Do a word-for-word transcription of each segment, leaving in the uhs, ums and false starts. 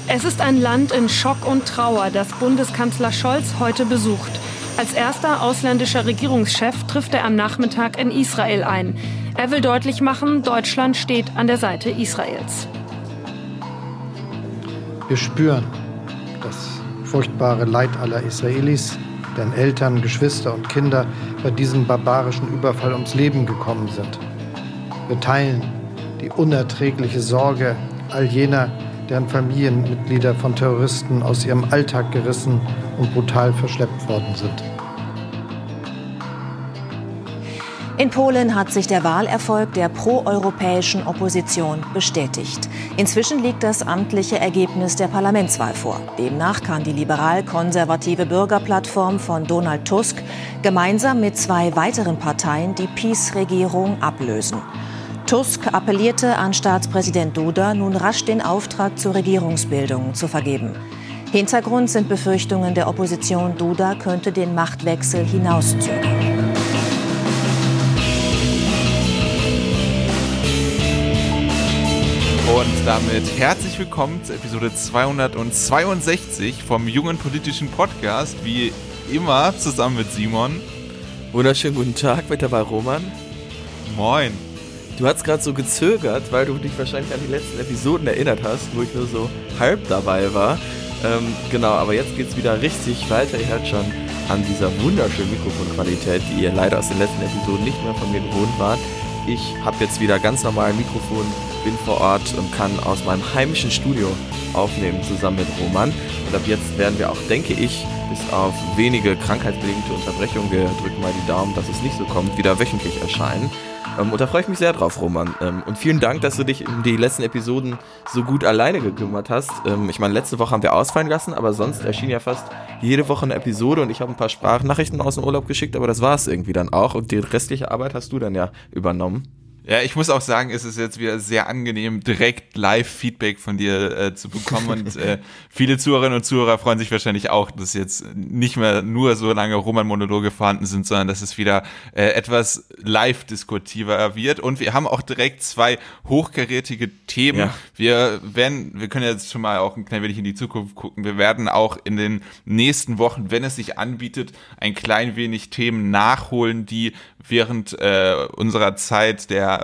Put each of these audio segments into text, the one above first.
Es ist ein Land in Schock und Trauer, das Bundeskanzler Scholz heute besucht. Als erster ausländischer Regierungschef trifft er am Nachmittag in Israel ein. Er will deutlich machen, Deutschland steht an der Seite Israels. Wir spüren das furchtbare Leid aller Israelis, deren Eltern, Geschwister und Kinder bei diesem barbarischen Überfall ums Leben gekommen sind. Wir teilen die unerträgliche Sorge all jener, deren Familienmitglieder von Terroristen aus ihrem Alltag gerissen und brutal verschleppt worden sind. In Polen hat sich der Wahlerfolg der proeuropäischen Opposition bestätigt. Inzwischen liegt das amtliche Ergebnis der Parlamentswahl vor. Demnach kann die liberal-konservative Bürgerplattform von Donald Tusk gemeinsam mit zwei weiteren Parteien die PiS-Regierung ablösen. Tusk appellierte an Staatspräsident Duda, nun rasch den Auftrag zur Regierungsbildung zu vergeben. Hintergrund sind Befürchtungen der Opposition, Duda könnte den Machtwechsel hinauszögern. Und damit herzlich willkommen zur Episode zweihundertzweiundsechzig vom Jungen Politischen Podcast, wie immer zusammen mit Simon. Wunderschönen guten Tag, mit dabei Roman. Moin. Du hast gerade so gezögert, weil du dich wahrscheinlich an die letzten Episoden erinnert hast, wo ich nur so halb dabei war. Ähm, genau, aber jetzt geht's wieder richtig weiter. Ihr hört schon an dieser wunderschönen Mikrofonqualität, die ihr leider aus den letzten Episoden nicht mehr von mir gewohnt wart. Ich habe jetzt wieder ganz normal ein Mikrofon, bin vor Ort und kann aus meinem heimischen Studio aufnehmen, zusammen mit Roman. Und ab jetzt werden wir auch, denke ich, bis auf wenige krankheitsbedingte Unterbrechungen, wir drücken mal die Daumen, dass es nicht so kommt, wieder wöchentlich erscheinen. Ähm, und da freue ich mich sehr drauf, Roman. Ähm, und vielen Dank, dass du dich um die letzten Episoden so gut alleine gekümmert hast. Ähm, ich meine, letzte Woche haben wir ausfallen lassen, aber sonst erschien ja fast jede Woche eine Episode und ich habe ein paar Sprachnachrichten aus dem Urlaub geschickt, aber das war es irgendwie dann auch. Und die restliche Arbeit hast du dann ja übernommen. Ja, ich muss auch sagen, es ist jetzt wieder sehr angenehm, direkt Live-Feedback von dir äh, zu bekommen und äh, viele Zuhörerinnen und Zuhörer freuen sich wahrscheinlich auch, dass jetzt nicht mehr nur so lange Roman-Monologe vorhanden sind, sondern dass es wieder äh, etwas live-diskutiver wird und wir haben auch direkt zwei hochkarätige Themen. Ja. Wir werden, wir können jetzt schon mal auch ein klein wenig in die Zukunft gucken, wir werden auch in den nächsten Wochen, wenn es sich anbietet, ein klein wenig Themen nachholen, die während äh, unserer Zeit der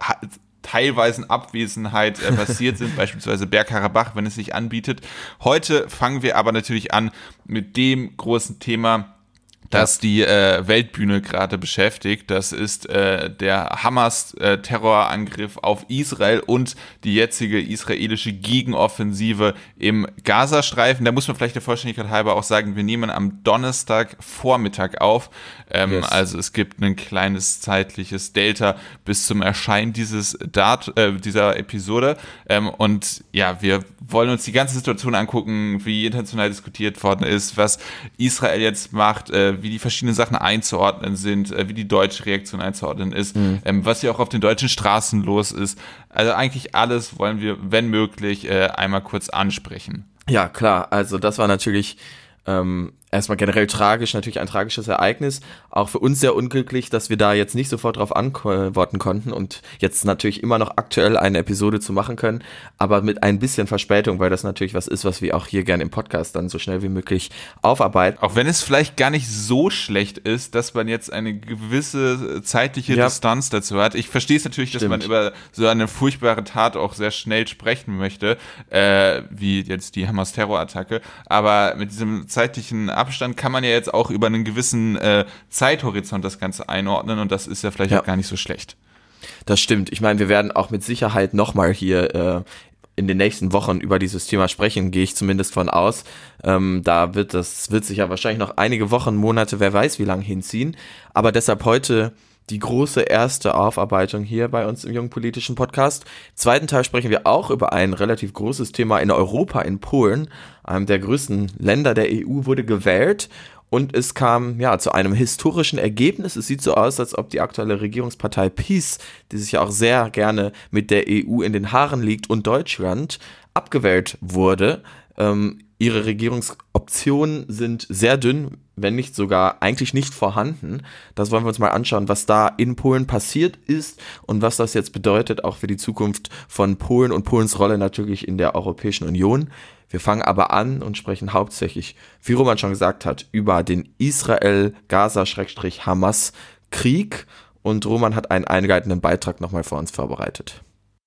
teilweisen Abwesenheit äh, passiert sind, beispielsweise Bergkarabach, wenn es sich anbietet. Heute fangen wir aber natürlich an mit dem großen Thema, das die äh, Weltbühne gerade beschäftigt. Das ist äh, der Hamas-Terrorangriff äh, auf Israel und die jetzige israelische Gegenoffensive im Gazastreifen. Da muss man vielleicht der Vollständigkeit halber auch sagen, wir nehmen am Donnerstagvormittag auf. Ähm, yes. Also es gibt ein kleines zeitliches Delta bis zum Erscheinen dieses Dat- äh, dieser Episode. Ähm, und ja, wir wollen uns die ganze Situation angucken, wie international diskutiert worden ist, was Israel jetzt macht, äh, wie die verschiedenen Sachen einzuordnen sind, äh, wie die deutsche Reaktion einzuordnen ist, mhm. ähm, was hier auch auf den deutschen Straßen los ist. Also eigentlich alles wollen wir, wenn möglich, äh, einmal kurz ansprechen. Ja, klar. Also das war natürlich ähm, erstmal generell tragisch, natürlich ein tragisches Ereignis. Auch für uns sehr unglücklich, dass wir da jetzt nicht sofort drauf antworten konnten und jetzt natürlich immer noch aktuell eine Episode zu machen können, aber mit ein bisschen Verspätung, weil das natürlich was ist, was wir auch hier gerne im Podcast dann so schnell wie möglich aufarbeiten. Auch wenn es vielleicht gar nicht so schlecht ist, dass man jetzt eine gewisse zeitliche ja. Distanz dazu hat. Ich verstehe es natürlich, Stimmt. dass man über so eine furchtbare Tat auch sehr schnell sprechen möchte, äh, wie jetzt die Hamas-Terrorattacke, aber mit diesem zeitlichen Abstand kann man ja jetzt auch über einen gewissen äh, Zeithorizont das Ganze einordnen und das ist ja vielleicht ja. auch gar nicht so schlecht. Das stimmt. Ich meine, wir werden auch mit Sicherheit nochmal hier äh, in den nächsten Wochen über dieses Thema sprechen, gehe ich zumindest von aus. Ähm, da wird das wird sich ja wahrscheinlich noch einige Wochen, Monate, wer weiß wie lange hinziehen. Aber deshalb heute die große erste Aufarbeitung hier bei uns im Jungen Politischen Podcast. Im zweiten Teil sprechen wir auch über ein relativ großes Thema in Europa, in Polen. Einem der größten Länder der E U wurde gewählt und es kam ja zu einem historischen Ergebnis. Es sieht so aus, als ob die aktuelle Regierungspartei PiS, die sich ja auch sehr gerne mit der E U in den Haaren liegt und Deutschland, abgewählt wurde. Ähm, ihre Regierungsoptionen sind sehr dünn. wenn nicht sogar eigentlich nicht vorhanden. Das wollen wir uns mal anschauen, was da in Polen passiert ist und was das jetzt bedeutet, auch für die Zukunft von Polen und Polens Rolle natürlich in der Europäischen Union. Wir fangen aber an und sprechen hauptsächlich, wie Roman schon gesagt hat, über den Israel-Gaza-Hamas-Krieg. Und Roman hat einen einleitenden Beitrag nochmal für uns vorbereitet.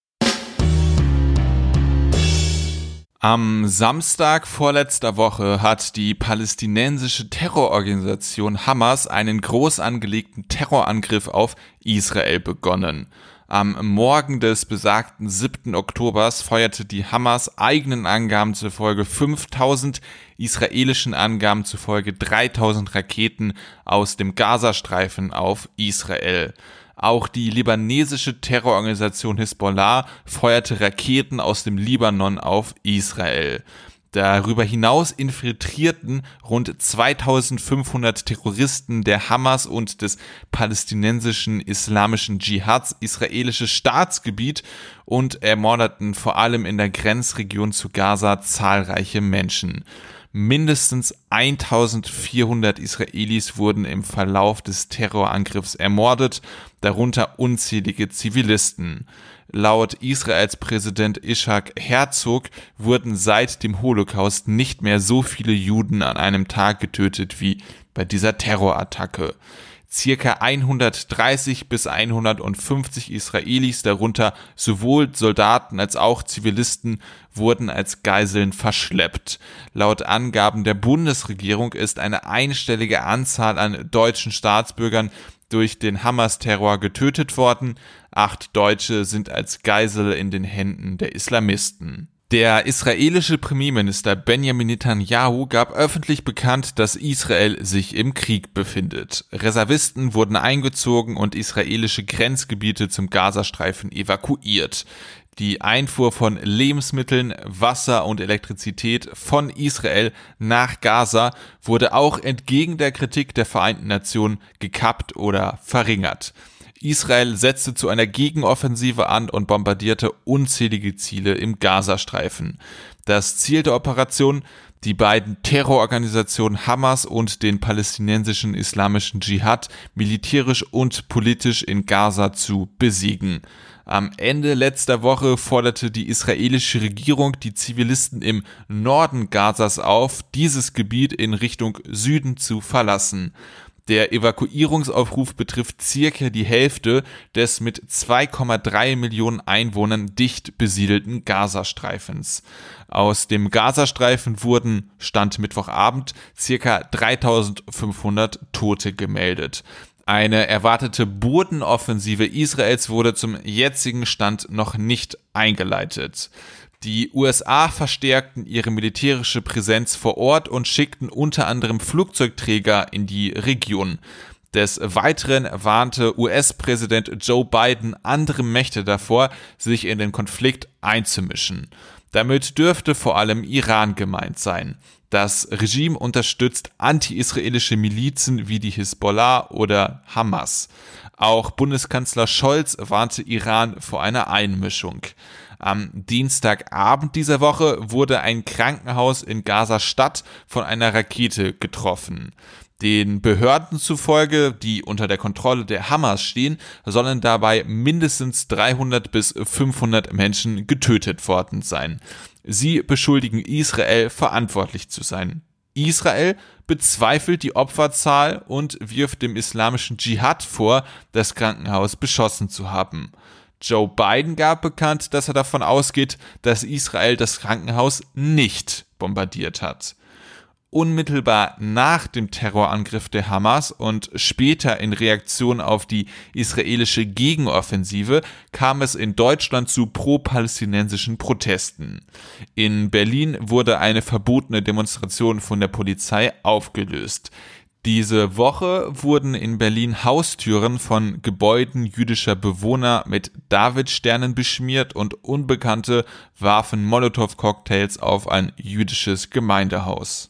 Am Samstag vorletzter Woche hat die palästinensische Terrororganisation Hamas einen groß angelegten Terrorangriff auf Israel begonnen. Am Morgen des besagten siebten Oktobers feuerte die Hamas eigenen Angaben zufolge fünftausend, israelischen Angaben zufolge dreitausend Raketen aus dem Gazastreifen auf Israel. Auch die libanesische Terrororganisation Hisbollah feuerte Raketen aus dem Libanon auf Israel. Darüber hinaus infiltrierten rund zweitausendfünfhundert Terroristen der Hamas und des palästinensischen islamischen Dschihads israelisches Staatsgebiet und ermordeten vor allem in der Grenzregion zu Gaza zahlreiche Menschen. Mindestens eintausendvierhundert Israelis wurden im Verlauf des Terrorangriffs ermordet, darunter unzählige Zivilisten. Laut Israels Präsident Itzhak Herzog wurden seit dem Holocaust nicht mehr so viele Juden an einem Tag getötet wie bei dieser Terrorattacke. Circa hundertdreißig bis hundertfünfzig Israelis, darunter sowohl Soldaten als auch Zivilisten, wurden als Geiseln verschleppt. Laut Angaben der Bundesregierung ist eine einstellige Anzahl an deutschen Staatsbürgern durch den Hamas-Terror getötet worden. Acht Deutsche sind als Geisel in den Händen der Islamisten. Der israelische Premierminister Benjamin Netanyahu gab öffentlich bekannt, dass Israel sich im Krieg befindet. Reservisten wurden eingezogen und israelische Grenzgebiete zum Gazastreifen evakuiert. Die Einfuhr von Lebensmitteln, Wasser und Elektrizität von Israel nach Gaza wurde auch entgegen der Kritik der Vereinten Nationen gekappt oder verringert. Israel setzte zu einer Gegenoffensive an und bombardierte unzählige Ziele im Gazastreifen. Das Ziel der Operation: die beiden Terrororganisationen Hamas und den palästinensischen islamischen Dschihad militärisch und politisch in Gaza zu besiegen. Am Ende letzter Woche forderte die israelische Regierung die Zivilisten im Norden Gazas auf, dieses Gebiet in Richtung Süden zu verlassen. Der Evakuierungsaufruf betrifft circa die Hälfte des mit zwei Komma drei Millionen Einwohnern dicht besiedelten Gazastreifens. Aus dem Gazastreifen wurden, Stand Mittwochabend, circa dreitausendfünfhundert Tote gemeldet. Eine erwartete Bodenoffensive Israels wurde zum jetzigen Stand noch nicht eingeleitet. Die U S A verstärkten ihre militärische Präsenz vor Ort und schickten unter anderem Flugzeugträger in die Region. Des Weiteren warnte U S-Präsident Joe Biden andere Mächte davor, sich in den Konflikt einzumischen. Damit dürfte vor allem Iran gemeint sein. Das Regime unterstützt anti-israelische Milizen wie die Hisbollah oder Hamas. Auch Bundeskanzler Scholz warnte Iran vor einer Einmischung. Am Dienstagabend dieser Woche wurde ein Krankenhaus in Gaza-Stadt von einer Rakete getroffen. Den Behörden zufolge, die unter der Kontrolle der Hamas stehen, sollen dabei mindestens dreihundert bis fünfhundert Menschen getötet worden sein. Sie beschuldigen Israel, verantwortlich zu sein. Israel bezweifelt die Opferzahl und wirft dem islamischen Dschihad vor, das Krankenhaus beschossen zu haben. Joe Biden gab bekannt, dass er davon ausgeht, dass Israel das Krankenhaus nicht bombardiert hat. Unmittelbar nach dem Terrorangriff der Hamas und später in Reaktion auf die israelische Gegenoffensive kam es in Deutschland zu pro-palästinensischen Protesten. In Berlin wurde eine verbotene Demonstration von der Polizei aufgelöst. Diese Woche wurden in Berlin Haustüren von Gebäuden jüdischer Bewohner mit Davidsternen beschmiert und Unbekannte warfen Molotow-Cocktails auf ein jüdisches Gemeindehaus.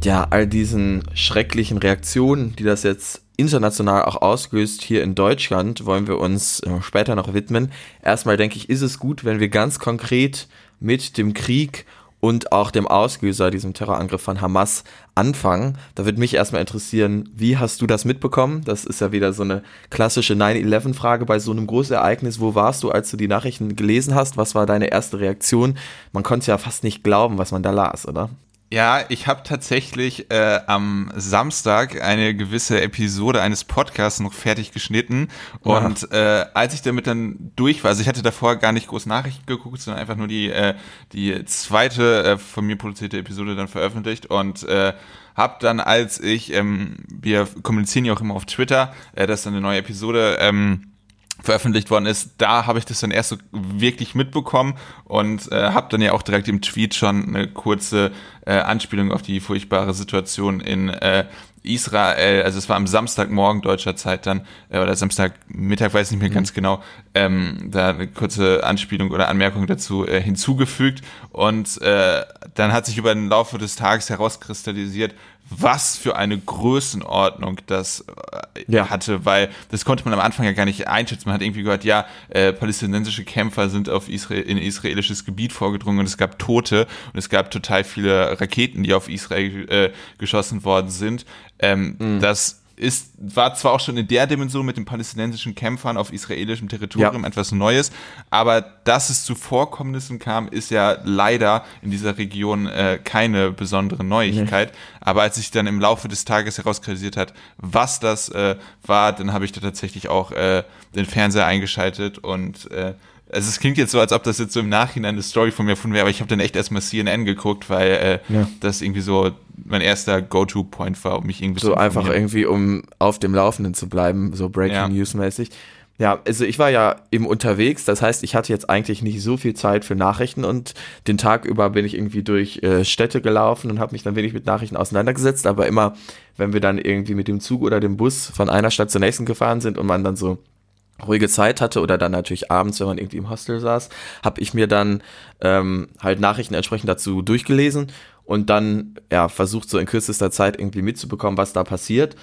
ja, all diesen schrecklichen Reaktionen, die das jetzt international auch ausgelöst hier in Deutschland, wollen wir uns äh, später noch widmen. Erstmal denke ich, ist es gut, wenn wir ganz konkret mit dem Krieg und auch dem Auslöser, diesem Terrorangriff von Hamas, anfangen. Da würde mich erstmal interessieren, wie hast du das mitbekommen? Das ist ja wieder so eine klassische nine eleven Frage bei so einem Großereignis. Wo warst du, als du die Nachrichten gelesen hast? Was war deine erste Reaktion? Man konnte ja fast nicht glauben, was man da las, oder? Ja, ich habe tatsächlich äh, am Samstag eine gewisse Episode eines Podcasts noch fertig geschnitten und äh, als ich damit dann durch war, also ich hatte davor gar nicht groß Nachrichten geguckt, sondern einfach nur die äh, die zweite äh, von mir produzierte Episode dann veröffentlicht und äh, hab dann, als ich, ähm, wir kommunizieren ja auch immer auf Twitter, äh, dass dann eine neue Episode ähm, veröffentlicht worden ist, da habe ich das dann erst so wirklich mitbekommen und äh, habe dann ja auch direkt im Tweet schon eine kurze äh, Anspielung auf die furchtbare Situation in äh, Israel, also es war am Samstagmorgen deutscher Zeit dann, äh, oder Samstagmittag, weiß nicht mehr mhm. ganz genau, ähm, da eine kurze Anspielung oder Anmerkung dazu äh, hinzugefügt und äh, dann hat sich über den Laufe des Tages herauskristallisiert, was für eine Größenordnung das äh, ja. hatte, weil das konnte man am Anfang ja gar nicht einschätzen. Man hat irgendwie gehört, ja, äh, palästinensische Kämpfer sind auf Israel, in israelisches Gebiet vorgedrungen und es gab Tote und es gab total viele Raketen, die auf Israel äh, geschossen worden sind. Ähm, mhm. Das ist, war zwar auch schon in der Dimension mit den palästinensischen Kämpfern auf israelischem Territorium ja. etwas Neues, aber dass es zu Vorkommnissen kam, ist ja leider in dieser Region äh, keine besondere Neuigkeit. Nee. Aber als sich dann im Laufe des Tages herauskristallisiert hat, was das äh, war, dann habe ich da tatsächlich auch äh, den Fernseher eingeschaltet und äh, also es klingt jetzt so, als ob das jetzt so im Nachhinein eine Story von mir gefunden wäre, aber ich habe dann echt erstmal C N N geguckt, weil äh, ja. das irgendwie so mein erster Go-To-Point war, um mich irgendwie so einfach irgendwie, um auf dem Laufenden zu bleiben, so Breaking ja. News-mäßig. Ja, also ich war ja eben unterwegs, das heißt, ich hatte jetzt eigentlich nicht so viel Zeit für Nachrichten und den Tag über bin ich irgendwie durch äh, Städte gelaufen und habe mich dann wenig mit Nachrichten auseinandergesetzt, aber immer, wenn wir dann irgendwie mit dem Zug oder dem Bus von einer Stadt zur nächsten gefahren sind und man dann so ruhige Zeit hatte oder dann natürlich abends, wenn man irgendwie im Hostel saß, habe ich mir dann ähm, halt Nachrichten entsprechend dazu durchgelesen und dann ja versucht so in kürzester Zeit irgendwie mitzubekommen, was da passiert.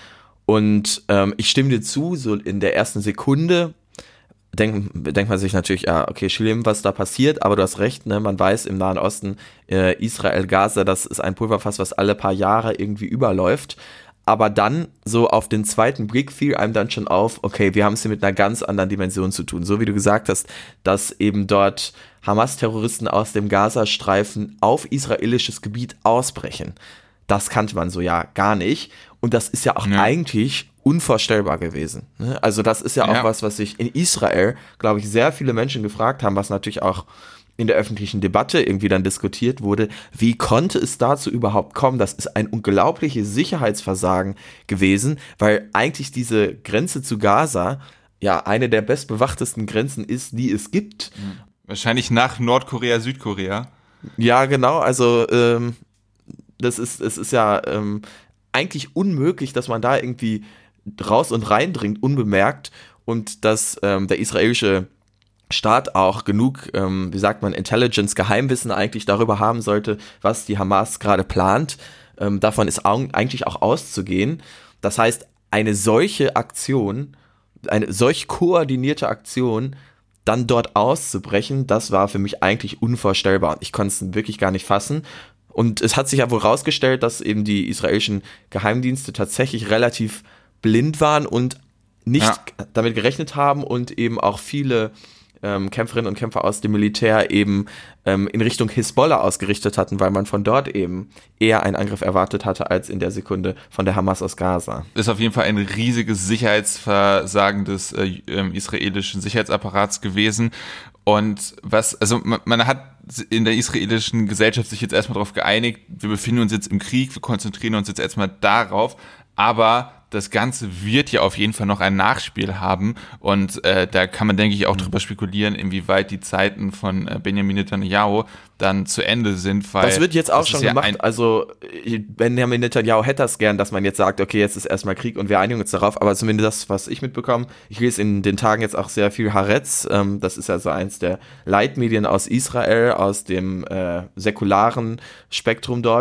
Und ähm, ich stimme dir zu, so in der ersten Sekunde denk, denkt man sich natürlich, ja, okay, schlimm, was da passiert, aber du hast recht, ne, man weiß im Nahen Osten, äh, Israel, Gaza, das ist ein Pulverfass, was alle paar Jahre irgendwie überläuft. Aber dann, so auf den zweiten Blick, fiel einem dann schon auf, okay, wir haben es hier mit einer ganz anderen Dimension zu tun. So wie du gesagt hast, dass eben dort Hamas-Terroristen aus dem Gazastreifen auf israelisches Gebiet ausbrechen. Das kannte man so ja gar nicht. Und das ist ja auch ja. eigentlich unvorstellbar gewesen. Also das ist ja auch ja. was, was sich in Israel, glaube ich, sehr viele Menschen gefragt haben, was natürlich auch in der öffentlichen Debatte irgendwie dann diskutiert wurde, wie konnte es dazu überhaupt kommen? Das ist ein unglaubliches Sicherheitsversagen gewesen, weil eigentlich diese Grenze zu Gaza ja eine der bestbewachtesten Grenzen ist, die es gibt. Wahrscheinlich nach Nordkorea, Südkorea. Ja, genau, also ähm, das ist, es ist ja ähm, eigentlich unmöglich, dass man da irgendwie raus und reindringt, unbemerkt und dass ähm, der israelische Staat auch genug, ähm, wie sagt man, Intelligence, Geheimwissen eigentlich darüber haben sollte, was die Hamas gerade plant. Ähm, davon ist au- eigentlich auch auszugehen. Das heißt, eine solche Aktion, eine solch koordinierte Aktion, dann dort auszubrechen, das war für mich eigentlich unvorstellbar. Ich konnte es wirklich gar nicht fassen. Und es hat sich ja wohl rausgestellt, dass eben die israelischen Geheimdienste tatsächlich relativ blind waren und nicht ja. damit gerechnet haben und eben auch viele Ähm, Kämpferinnen und Kämpfer aus dem Militär eben ähm, in Richtung Hisbollah ausgerichtet hatten, weil man von dort eben eher einen Angriff erwartet hatte, als in der Sekunde von der Hamas aus Gaza. Das ist auf jeden Fall ein riesiges Sicherheitsversagen des äh, äh, israelischen Sicherheitsapparats gewesen. Und was, also man, man hat in der israelischen Gesellschaft sich jetzt erstmal darauf geeinigt, wir befinden uns jetzt im Krieg, wir konzentrieren uns jetzt erstmal darauf, aber das Ganze wird ja auf jeden Fall noch ein Nachspiel haben und äh, da kann man, denke ich, auch drüber spekulieren, inwieweit die Zeiten von äh, Benjamin Netanyahu dann zu Ende sind. Weil das wird jetzt auch schon ja gemacht, also Benjamin Netanyahu hätte das gern, dass man jetzt sagt, okay, jetzt ist erstmal Krieg und wir einigen uns darauf, aber zumindest das, was ich mitbekomme, ich lese in den Tagen jetzt auch sehr viel Haaretz, ähm, das ist ja so eins der Leitmedien aus Israel, aus dem äh, säkularen Spektrum dort.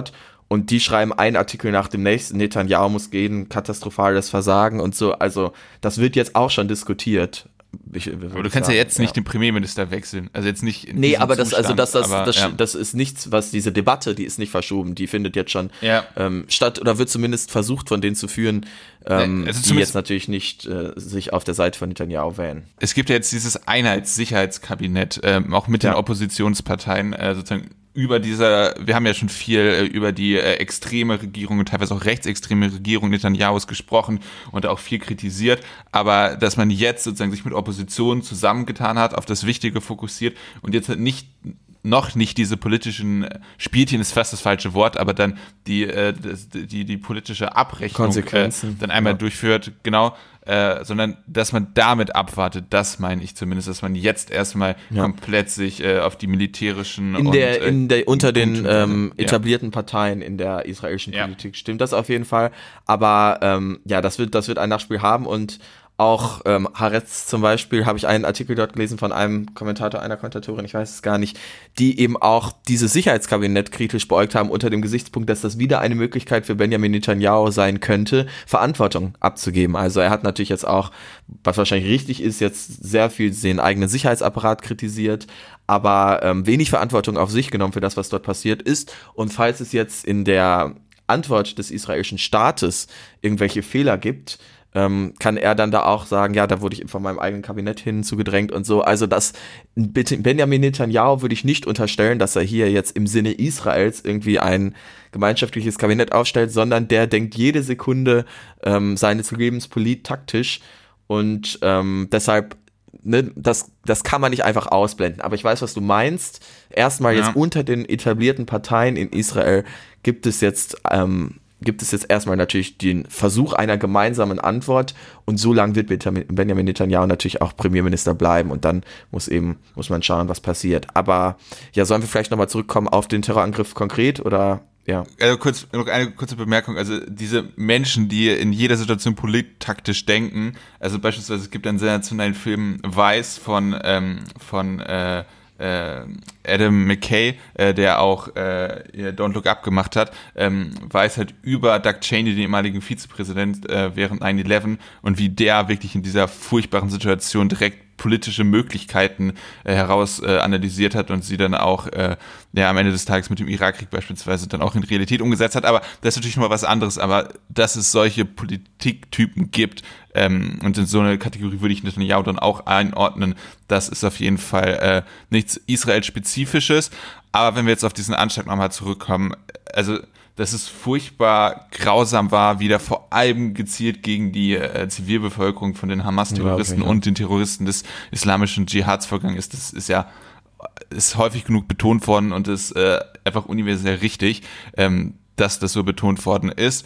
und die schreiben einen Artikel nach dem nächsten, Netanyahu muss gehen, katastrophales Versagen und so. Also das wird jetzt auch schon diskutiert. Ich, aber du kannst sagen, ja jetzt nicht ja. den Premierminister wechseln. Also jetzt nicht in Nee, aber das, Zustand, also das, das, aber, das, ja. das ist nichts, was diese Debatte, die ist nicht verschoben, die findet jetzt schon ja. ähm, statt oder wird zumindest versucht von denen zu führen, ähm, also die jetzt natürlich nicht äh, sich auf der Seite von Netanyahu wählen. Es gibt ja jetzt dieses Einheitssicherheitskabinett, ähm, auch mit ja. den Oppositionsparteien, äh, sozusagen über dieser, wir haben ja schon viel äh, über die äh, extreme Regierung und teilweise auch rechtsextreme Regierung Netanyahus gesprochen und auch viel kritisiert, aber dass man jetzt sozusagen sich mit Opposition zusammengetan hat, auf das Wichtige fokussiert und jetzt halt nicht noch nicht diese politischen Spielchen ist fast das falsche Wort, aber dann die äh, die die politische Abrechnung Konsequenzen. Äh, dann einmal ja. durchführt, genau, äh, sondern dass man damit abwartet, das meine ich zumindest, dass man jetzt erstmal ja. komplett sich äh, auf die militärischen in und, der äh, in der unter den ähm, ja. etablierten Parteien in der israelischen ja. Politik stimmt das auf jeden Fall, aber ähm, ja, das wird das wird ein Nachspiel haben und auch ähm, Haaretz zum Beispiel, habe ich einen Artikel dort gelesen von einem Kommentator, einer Kommentatorin, ich weiß es gar nicht, die eben auch dieses Sicherheitskabinett kritisch beäugt haben unter dem Gesichtspunkt, dass das wieder eine Möglichkeit für Benjamin Netanyahu sein könnte, Verantwortung abzugeben. Also er hat natürlich jetzt auch, was wahrscheinlich richtig ist, jetzt sehr viel den eigenen Sicherheitsapparat kritisiert, aber ähm, wenig Verantwortung auf sich genommen für das, was dort passiert ist. Und falls es jetzt in der Antwort des israelischen Staates irgendwelche Fehler gibt, Ähm, kann er dann da auch sagen, ja, da wurde ich von meinem eigenen Kabinett hinzugedrängt und so. Also das Benjamin Netanyahu würde ich nicht unterstellen, dass er hier jetzt im Sinne Israels irgendwie ein gemeinschaftliches Kabinett aufstellt, sondern der denkt jede Sekunde ähm, seines Lebens polittaktisch und ähm, deshalb Ne, das, das kann man nicht einfach ausblenden. Aber ich weiß, was du meinst. Erstmal ja. jetzt unter den etablierten Parteien in Israel gibt es jetzt ähm, gibt es jetzt erstmal natürlich den Versuch einer gemeinsamen Antwort und so lange wird Benjamin Netanyahu natürlich auch Premierminister bleiben und dann muss eben, muss man schauen, was passiert. Aber ja, sollen wir vielleicht nochmal zurückkommen auf den Terrorangriff konkret oder ja? Also kurz, noch eine kurze Bemerkung, also diese Menschen, die in jeder Situation polittaktisch denken, also beispielsweise es gibt einen sensationellen Film Vice von, ähm, von äh, Äh, Adam McKay, äh, der auch äh, Don't Look Up gemacht hat, ähm, weiß halt über Doug Cheney, den ehemaligen Vizepräsident äh, während nine eleven und wie der wirklich in dieser furchtbaren Situation direkt politische Möglichkeiten äh, heraus äh, analysiert hat und sie dann auch äh, ja, am Ende des Tages mit dem Irakkrieg beispielsweise dann auch in Realität umgesetzt hat. Aber das ist natürlich nochmal was anderes. Aber dass es solche Politiktypen gibt ähm, und in so eine Kategorie würde ich Netanyahu dann auch einordnen, das ist auf jeden Fall äh, nichts Israel-Spezifisches. Aber wenn wir jetzt auf diesen Anschlag nochmal zurückkommen, also dass es furchtbar grausam war, wie da vor allem gezielt gegen die äh, Zivilbevölkerung von den Hamas-Terroristen ja, okay, ja. und den Terroristen des islamischen Dschihads vorgegangen ist. Das ist ja ist häufig genug betont worden und ist äh, einfach universell richtig, ähm, dass das so betont worden ist.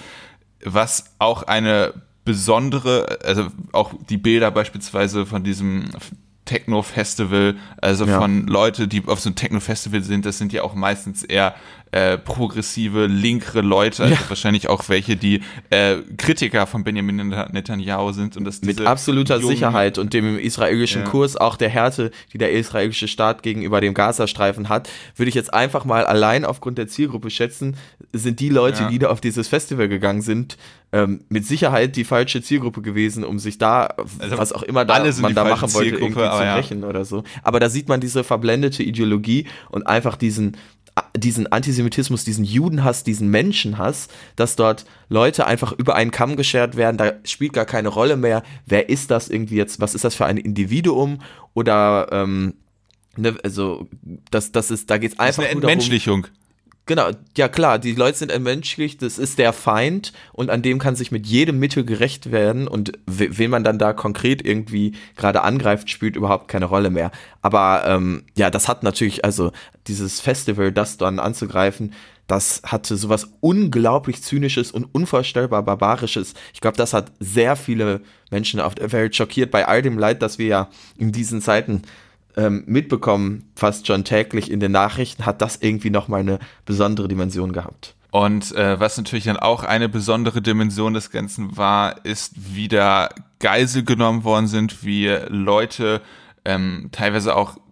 Was auch eine besondere, also auch die Bilder beispielsweise von diesem Techno-Festival, also ja. von Leute, die auf so einem Techno-Festival sind, das sind ja auch meistens eher äh, progressive, linkere Leute, also ja. wahrscheinlich auch welche, die äh, Kritiker von Benjamin Netanyahu sind. Und dass diese mit absoluter jungen, Sicherheit und dem israelischen ja. Kurs, auch der Härte, die der israelische Staat gegenüber dem Gazastreifen hat, würde ich jetzt einfach mal allein aufgrund der Zielgruppe schätzen, sind die Leute, ja. die da auf dieses Festival gegangen sind, ähm, mit Sicherheit die falsche Zielgruppe gewesen, um sich da, also was auch immer da man da machen wollte, irgendwie zu brechen ja. oder so. Aber da sieht man diese verblendete Ideologie und einfach diesen diesen Antisemitismus, diesen Judenhass, diesen Menschenhass, dass dort Leute einfach über einen Kamm geschert werden, da spielt gar keine Rolle mehr, wer ist das irgendwie jetzt, was ist das für ein Individuum oder ähm, ne, also das, das ist, da geht es einfach das ist eine nur darum, Entmenschlichung. Genau, ja klar, die Leute sind entmenschlicht, das ist der Feind und an dem kann sich mit jedem Mittel gerecht werden und wen man dann da konkret irgendwie gerade angreift, spielt überhaupt keine Rolle mehr. Aber ähm, ja, das hat natürlich, also dieses Festival, das dann anzugreifen, das hatte sowas unglaublich Zynisches und unvorstellbar Barbarisches. Ich glaube, das hat sehr viele Menschen auf der Welt schockiert, bei all dem Leid, das wir ja in diesen Zeiten Ähm, mitbekommen, fast schon täglich in den Nachrichten, hat das irgendwie nochmal eine besondere Dimension gehabt. Und äh, was natürlich dann auch eine besondere Dimension des Ganzen war, ist, wie da Geisel genommen worden sind, wie Leute ähm, teilweise auch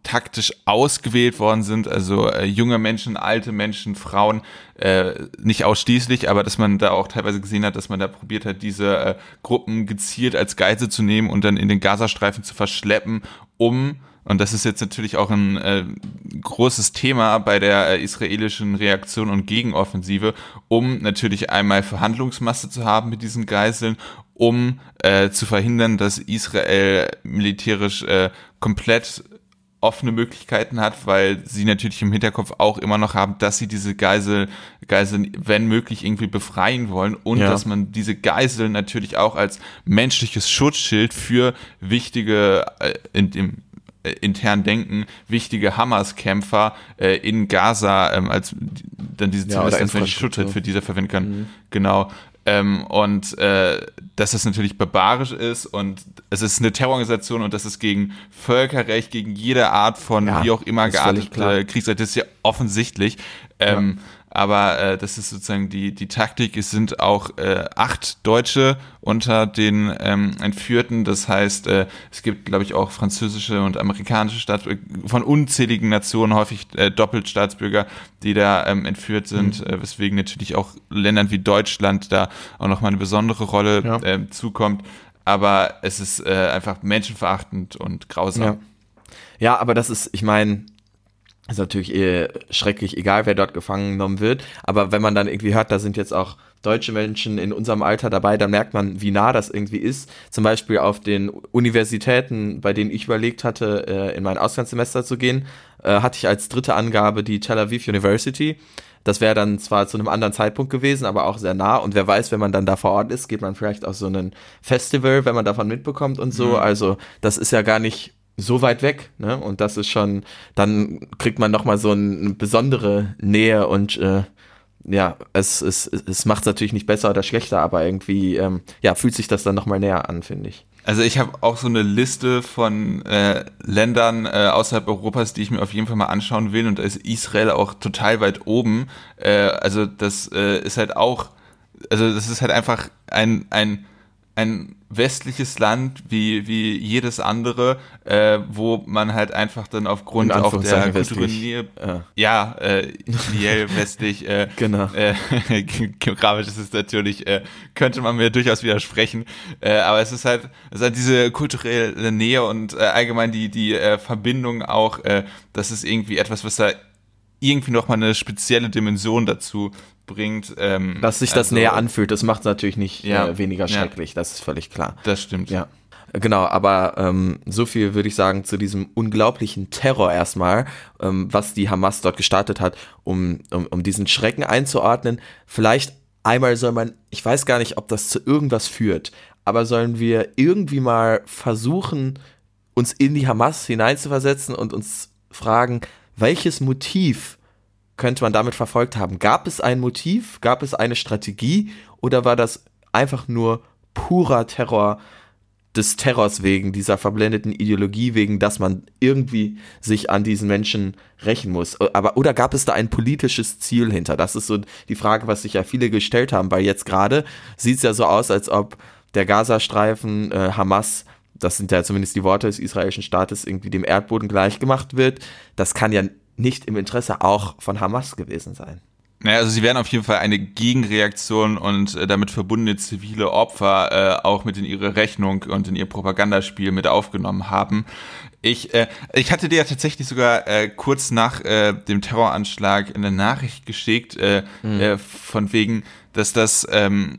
taktisch ausgewählt worden sind, also äh, junge Menschen, alte Menschen, Frauen, äh, nicht ausschließlich, aber dass man da auch teilweise gesehen hat, dass man da probiert hat, diese äh, Gruppen gezielt als Geisel zu nehmen und dann in den Gazastreifen zu verschleppen, um, und das ist jetzt natürlich auch ein äh, großes Thema bei der äh, israelischen Reaktion und Gegenoffensive, um natürlich einmal Verhandlungsmasse zu haben mit diesen Geiseln, um äh, zu verhindern, dass Israel militärisch äh, komplett offene Möglichkeiten hat, weil sie natürlich im Hinterkopf auch immer noch haben, dass sie diese Geisel, Geiseln, wenn möglich, irgendwie befreien wollen und ja. dass man diese Geiseln natürlich auch als menschliches Schutzschild für wichtige, äh, in dem äh, internen Denken, wichtige Hamas-Kämpfer äh, in Gaza ähm, als dann diese ja, als menschliches Schutzschild für diese verwenden kann. Mhm. Genau. Ähm, und äh, dass das natürlich barbarisch ist und es ist eine Terrororganisation und das ist gegen Völkerrecht, gegen jede Art von ja, wie auch immer geartete Kriegsrecht, das ist ja offensichtlich. Ähm, ja. Aber äh, das ist sozusagen die die Taktik. Es sind auch äh, acht Deutsche unter den ähm, Entführten. Das heißt, äh, es gibt, glaube ich, auch französische und amerikanische Staatsbürger von unzähligen Nationen, häufig äh, Doppelstaatsbürger, die da ähm, entführt sind, mhm. äh, weswegen natürlich auch Ländern wie Deutschland da auch nochmal eine besondere Rolle ja. äh, zukommt. Aber es ist äh, einfach menschenverachtend und grausam. Ja, ja, aber das ist, ich meine, ist natürlich eh schrecklich, egal wer dort gefangen genommen wird, aber wenn man dann irgendwie hört, da sind jetzt auch deutsche Menschen in unserem Alter dabei, dann merkt man, wie nah das irgendwie ist. Zum Beispiel auf den Universitäten, bei denen ich überlegt hatte, äh, in mein Auslandssemester zu gehen, äh, hatte ich als dritte Angabe die Tel Aviv University. Das wäre dann zwar zu einem anderen Zeitpunkt gewesen, aber auch sehr nah. Und wer weiß, wenn man dann da vor Ort ist, geht man vielleicht auf so ein Festival, wenn man davon mitbekommt und so. Mhm. Also das ist ja gar nicht so weit weg, ne? Und das ist schon, dann kriegt man nochmal so eine besondere Nähe und äh, ja, es, es, es macht es natürlich nicht besser oder schlechter, aber irgendwie ähm, ja, fühlt sich das dann nochmal näher an, finde ich. Also ich habe auch so eine Liste von äh, Ländern äh, außerhalb Europas, die ich mir auf jeden Fall mal anschauen will und da ist Israel auch total weit oben. Äh, also das äh, ist halt auch, also das ist halt einfach ein, ein ein westliches Land wie wie jedes andere, äh, wo man halt einfach dann aufgrund auch der kulturellen Nähe, ja, ja äh, ideell westlich, äh, genau. äh, geografisch ist es natürlich, äh, könnte man mir durchaus widersprechen, äh, aber es ist halt, es ist halt diese kulturelle Nähe und äh, allgemein die die äh, Verbindung auch, äh, das ist irgendwie etwas, was da irgendwie nochmal eine spezielle Dimension dazu bringt. Ähm, Dass sich das also, näher anfühlt, das macht es natürlich nicht ja, äh, weniger schrecklich, ja. das ist völlig klar. Das stimmt. Ja, genau, aber ähm, so viel würde ich sagen zu diesem unglaublichen Terror erstmal, ähm, was die Hamas dort gestartet hat, um, um, um diesen Schrecken einzuordnen. Vielleicht einmal soll man, ich weiß gar nicht, ob das zu irgendwas führt, aber sollen wir irgendwie mal versuchen, uns in die Hamas hineinzuversetzen und uns fragen, welches Motiv könnte man damit verfolgt haben? Gab es ein Motiv? Gab es eine Strategie? Oder war das einfach nur purer Terror des Terrors wegen, dieser verblendeten Ideologie wegen, dass man irgendwie sich an diesen Menschen rächen muss? Aber, oder gab es da ein politisches Ziel hinter? Das ist so die Frage, was sich ja viele gestellt haben, weil jetzt gerade sieht es ja so aus, als ob der Gazastreifen, äh, Hamas, das sind ja zumindest die Worte des israelischen Staates, irgendwie dem Erdboden gleichgemacht wird. Das kann ja nicht im Interesse auch von Hamas gewesen sein. Naja, also sie werden auf jeden Fall eine Gegenreaktion und äh, damit verbundene zivile Opfer äh, auch mit in ihre Rechnung und in ihr Propagandaspiel mit aufgenommen haben. Ich, äh, ich hatte dir ja tatsächlich sogar äh, kurz nach äh, dem Terroranschlag eine Nachricht geschickt, äh, mhm. äh, von wegen, dass das ähm,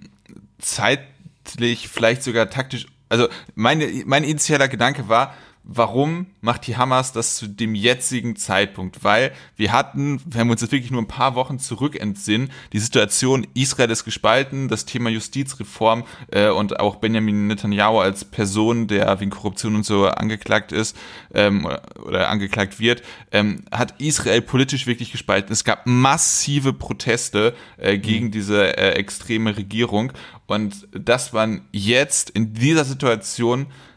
zeitlich, vielleicht sogar taktisch, also meine, mein initieller Gedanke war, warum macht die Hamas das zu dem jetzigen Zeitpunkt? Weil wir hatten, wenn wir uns jetzt wirklich nur ein paar Wochen zurück entsinnen, die Situation, Israel ist gespalten, das Thema Justizreform äh, und auch Benjamin Netanyahu als Person, der wegen Korruption und so angeklagt ist ähm, oder, oder angeklagt wird, ähm, hat Israel politisch wirklich gespalten. Es gab massive Proteste äh, gegen mhm. diese äh, extreme Regierung und dass man jetzt in dieser Situation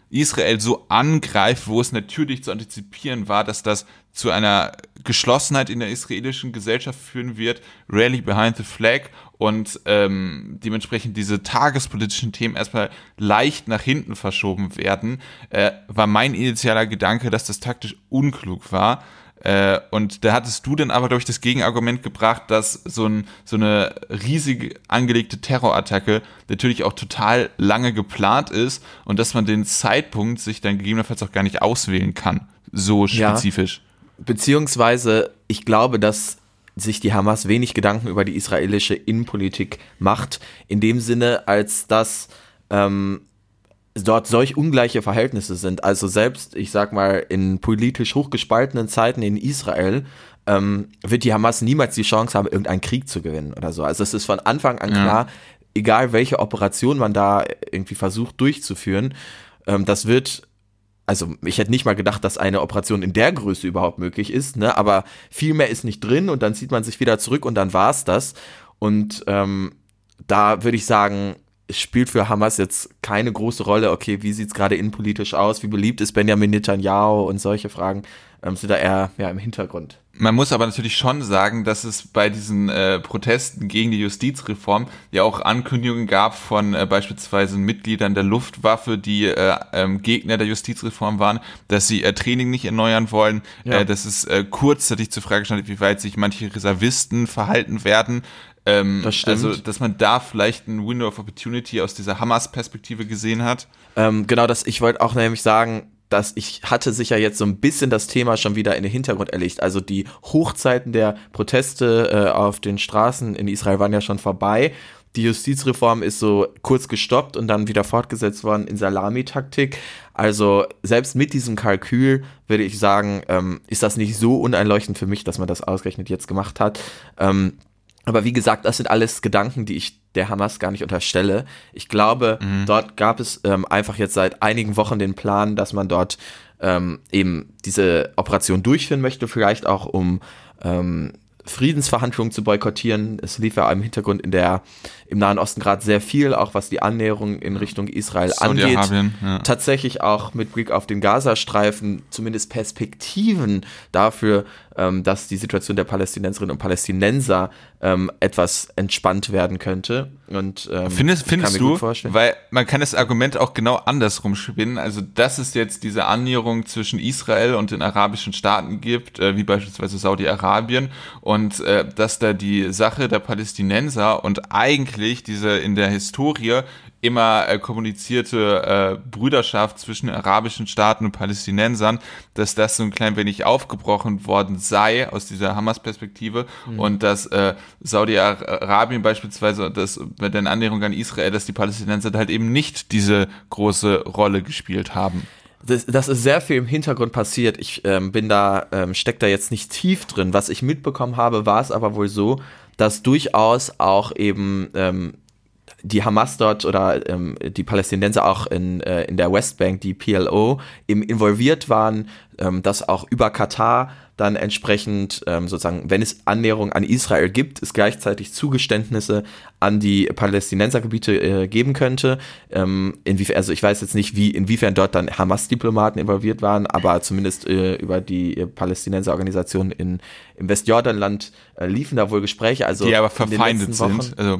Israel so angreift, wo es natürlich zu antizipieren war, dass das zu einer Geschlossenheit in der israelischen Gesellschaft führen wird, Rally behind the flag, und ähm, dementsprechend diese tagespolitischen Themen erstmal leicht nach hinten verschoben werden, äh, war mein initialer Gedanke, dass das taktisch unklug war. Äh, und da hattest du dann aber, glaube ich, das Gegenargument gebracht, dass so, ein, so eine riesig angelegte Terrorattacke natürlich auch total lange geplant ist und dass man den Zeitpunkt sich dann gegebenenfalls auch gar nicht auswählen kann, so spezifisch. Ja, beziehungsweise, ich glaube, dass sich die Hamas wenig Gedanken über die israelische Innenpolitik macht, in dem Sinne, als dass ähm, dort solch ungleiche Verhältnisse sind. Also selbst, ich sag mal, in politisch hochgespaltenen Zeiten in Israel ähm, wird die Hamas niemals die Chance haben, irgendeinen Krieg zu gewinnen oder so. Also es ist von Anfang an klar, ja, egal welche Operation man da irgendwie versucht durchzuführen, ähm, das wird, also ich hätte nicht mal gedacht, dass eine Operation in der Größe überhaupt möglich ist, ne? Aber viel mehr ist nicht drin und dann zieht man sich wieder zurück und dann war's das. Und ähm, da würde ich sagen, es spielt für Hamas jetzt keine große Rolle, okay, wie sieht's gerade innenpolitisch aus, wie beliebt ist Benjamin Netanyahu und solche Fragen ähm, sind da eher ja, im Hintergrund. Man muss aber natürlich schon sagen, dass es bei diesen äh, Protesten gegen die Justizreform ja auch Ankündigungen gab von äh, beispielsweise Mitgliedern der Luftwaffe, die äh, ähm, Gegner der Justizreform waren, dass sie äh, Training nicht erneuern wollen, ja. äh, dass es äh, kurzzeitig zur Frage stand, wie weit sich manche Reservisten verhalten werden. Ähm, das stimmt. Also, dass man da vielleicht ein Window of Opportunity aus dieser Hamas-Perspektive gesehen hat. Ähm, genau, das, ich wollte auch nämlich sagen, dass ich hatte sich ja jetzt so ein bisschen das Thema schon wieder in den Hintergrund erlegt. Also die Hochzeiten der Proteste äh, auf den Straßen in Israel waren ja schon vorbei. Die Justizreform ist so kurz gestoppt und dann wieder fortgesetzt worden in Salamitaktik. Also selbst mit diesem Kalkül würde ich sagen, ähm, ist das nicht so uneinleuchtend für mich, dass man das ausgerechnet jetzt gemacht hat. Ähm, Aber wie gesagt, das sind alles Gedanken, die ich der Hamas gar nicht unterstelle. Ich glaube, mhm. dort gab es ähm, einfach jetzt seit einigen Wochen den Plan, dass man dort ähm, eben diese Operation durchführen möchte, vielleicht auch um ähm, Friedensverhandlungen zu boykottieren. Es lief ja im Hintergrund in der, im Nahen Osten gerade sehr viel, auch was die Annäherung in Richtung Israel angeht. Ja. Tatsächlich auch mit Blick auf den Gazastreifen zumindest Perspektiven dafür, ähm, dass die Situation der Palästinenserinnen und Palästinenser ähm, etwas entspannt werden könnte. Und, ähm, findest findest du, weil man kann das Argument auch genau andersrum spinnen, also dass es jetzt diese Annäherung zwischen Israel und den arabischen Staaten gibt, äh, wie beispielsweise Saudi-Arabien, und äh, dass da die Sache der Palästinenser und eigentlich diese in der Historie immer äh, kommunizierte äh, Brüderschaft zwischen arabischen Staaten und Palästinensern, dass das so ein klein wenig aufgebrochen worden sei aus dieser Hamas-Perspektive mhm. und dass äh, Saudi-Arabien beispielsweise, das mit der Annäherung an Israel, dass die Palästinenser halt eben nicht diese große Rolle gespielt haben. Das, das ist sehr viel im Hintergrund passiert. Ich ähm, bin da, ähm, steck da jetzt nicht tief drin. Was ich mitbekommen habe, war es aber wohl so, dass durchaus auch eben ähm, die Hamas dort oder ähm, die Palästinenser auch in, äh, in der Westbank, die P L O, eben involviert waren, ähm, dass auch über Katar dann entsprechend ähm, sozusagen, wenn es Annäherung an Israel gibt, es gleichzeitig Zugeständnisse an die Palästinensergebiete äh, geben könnte. Ähm, inwiefern, also ich weiß jetzt nicht, wie inwiefern dort dann Hamas-Diplomaten involviert waren, aber zumindest äh, über die äh, Palästinenserorganisation in im Westjordanland äh, liefen da wohl Gespräche. Also die aber verfeindet sind. Also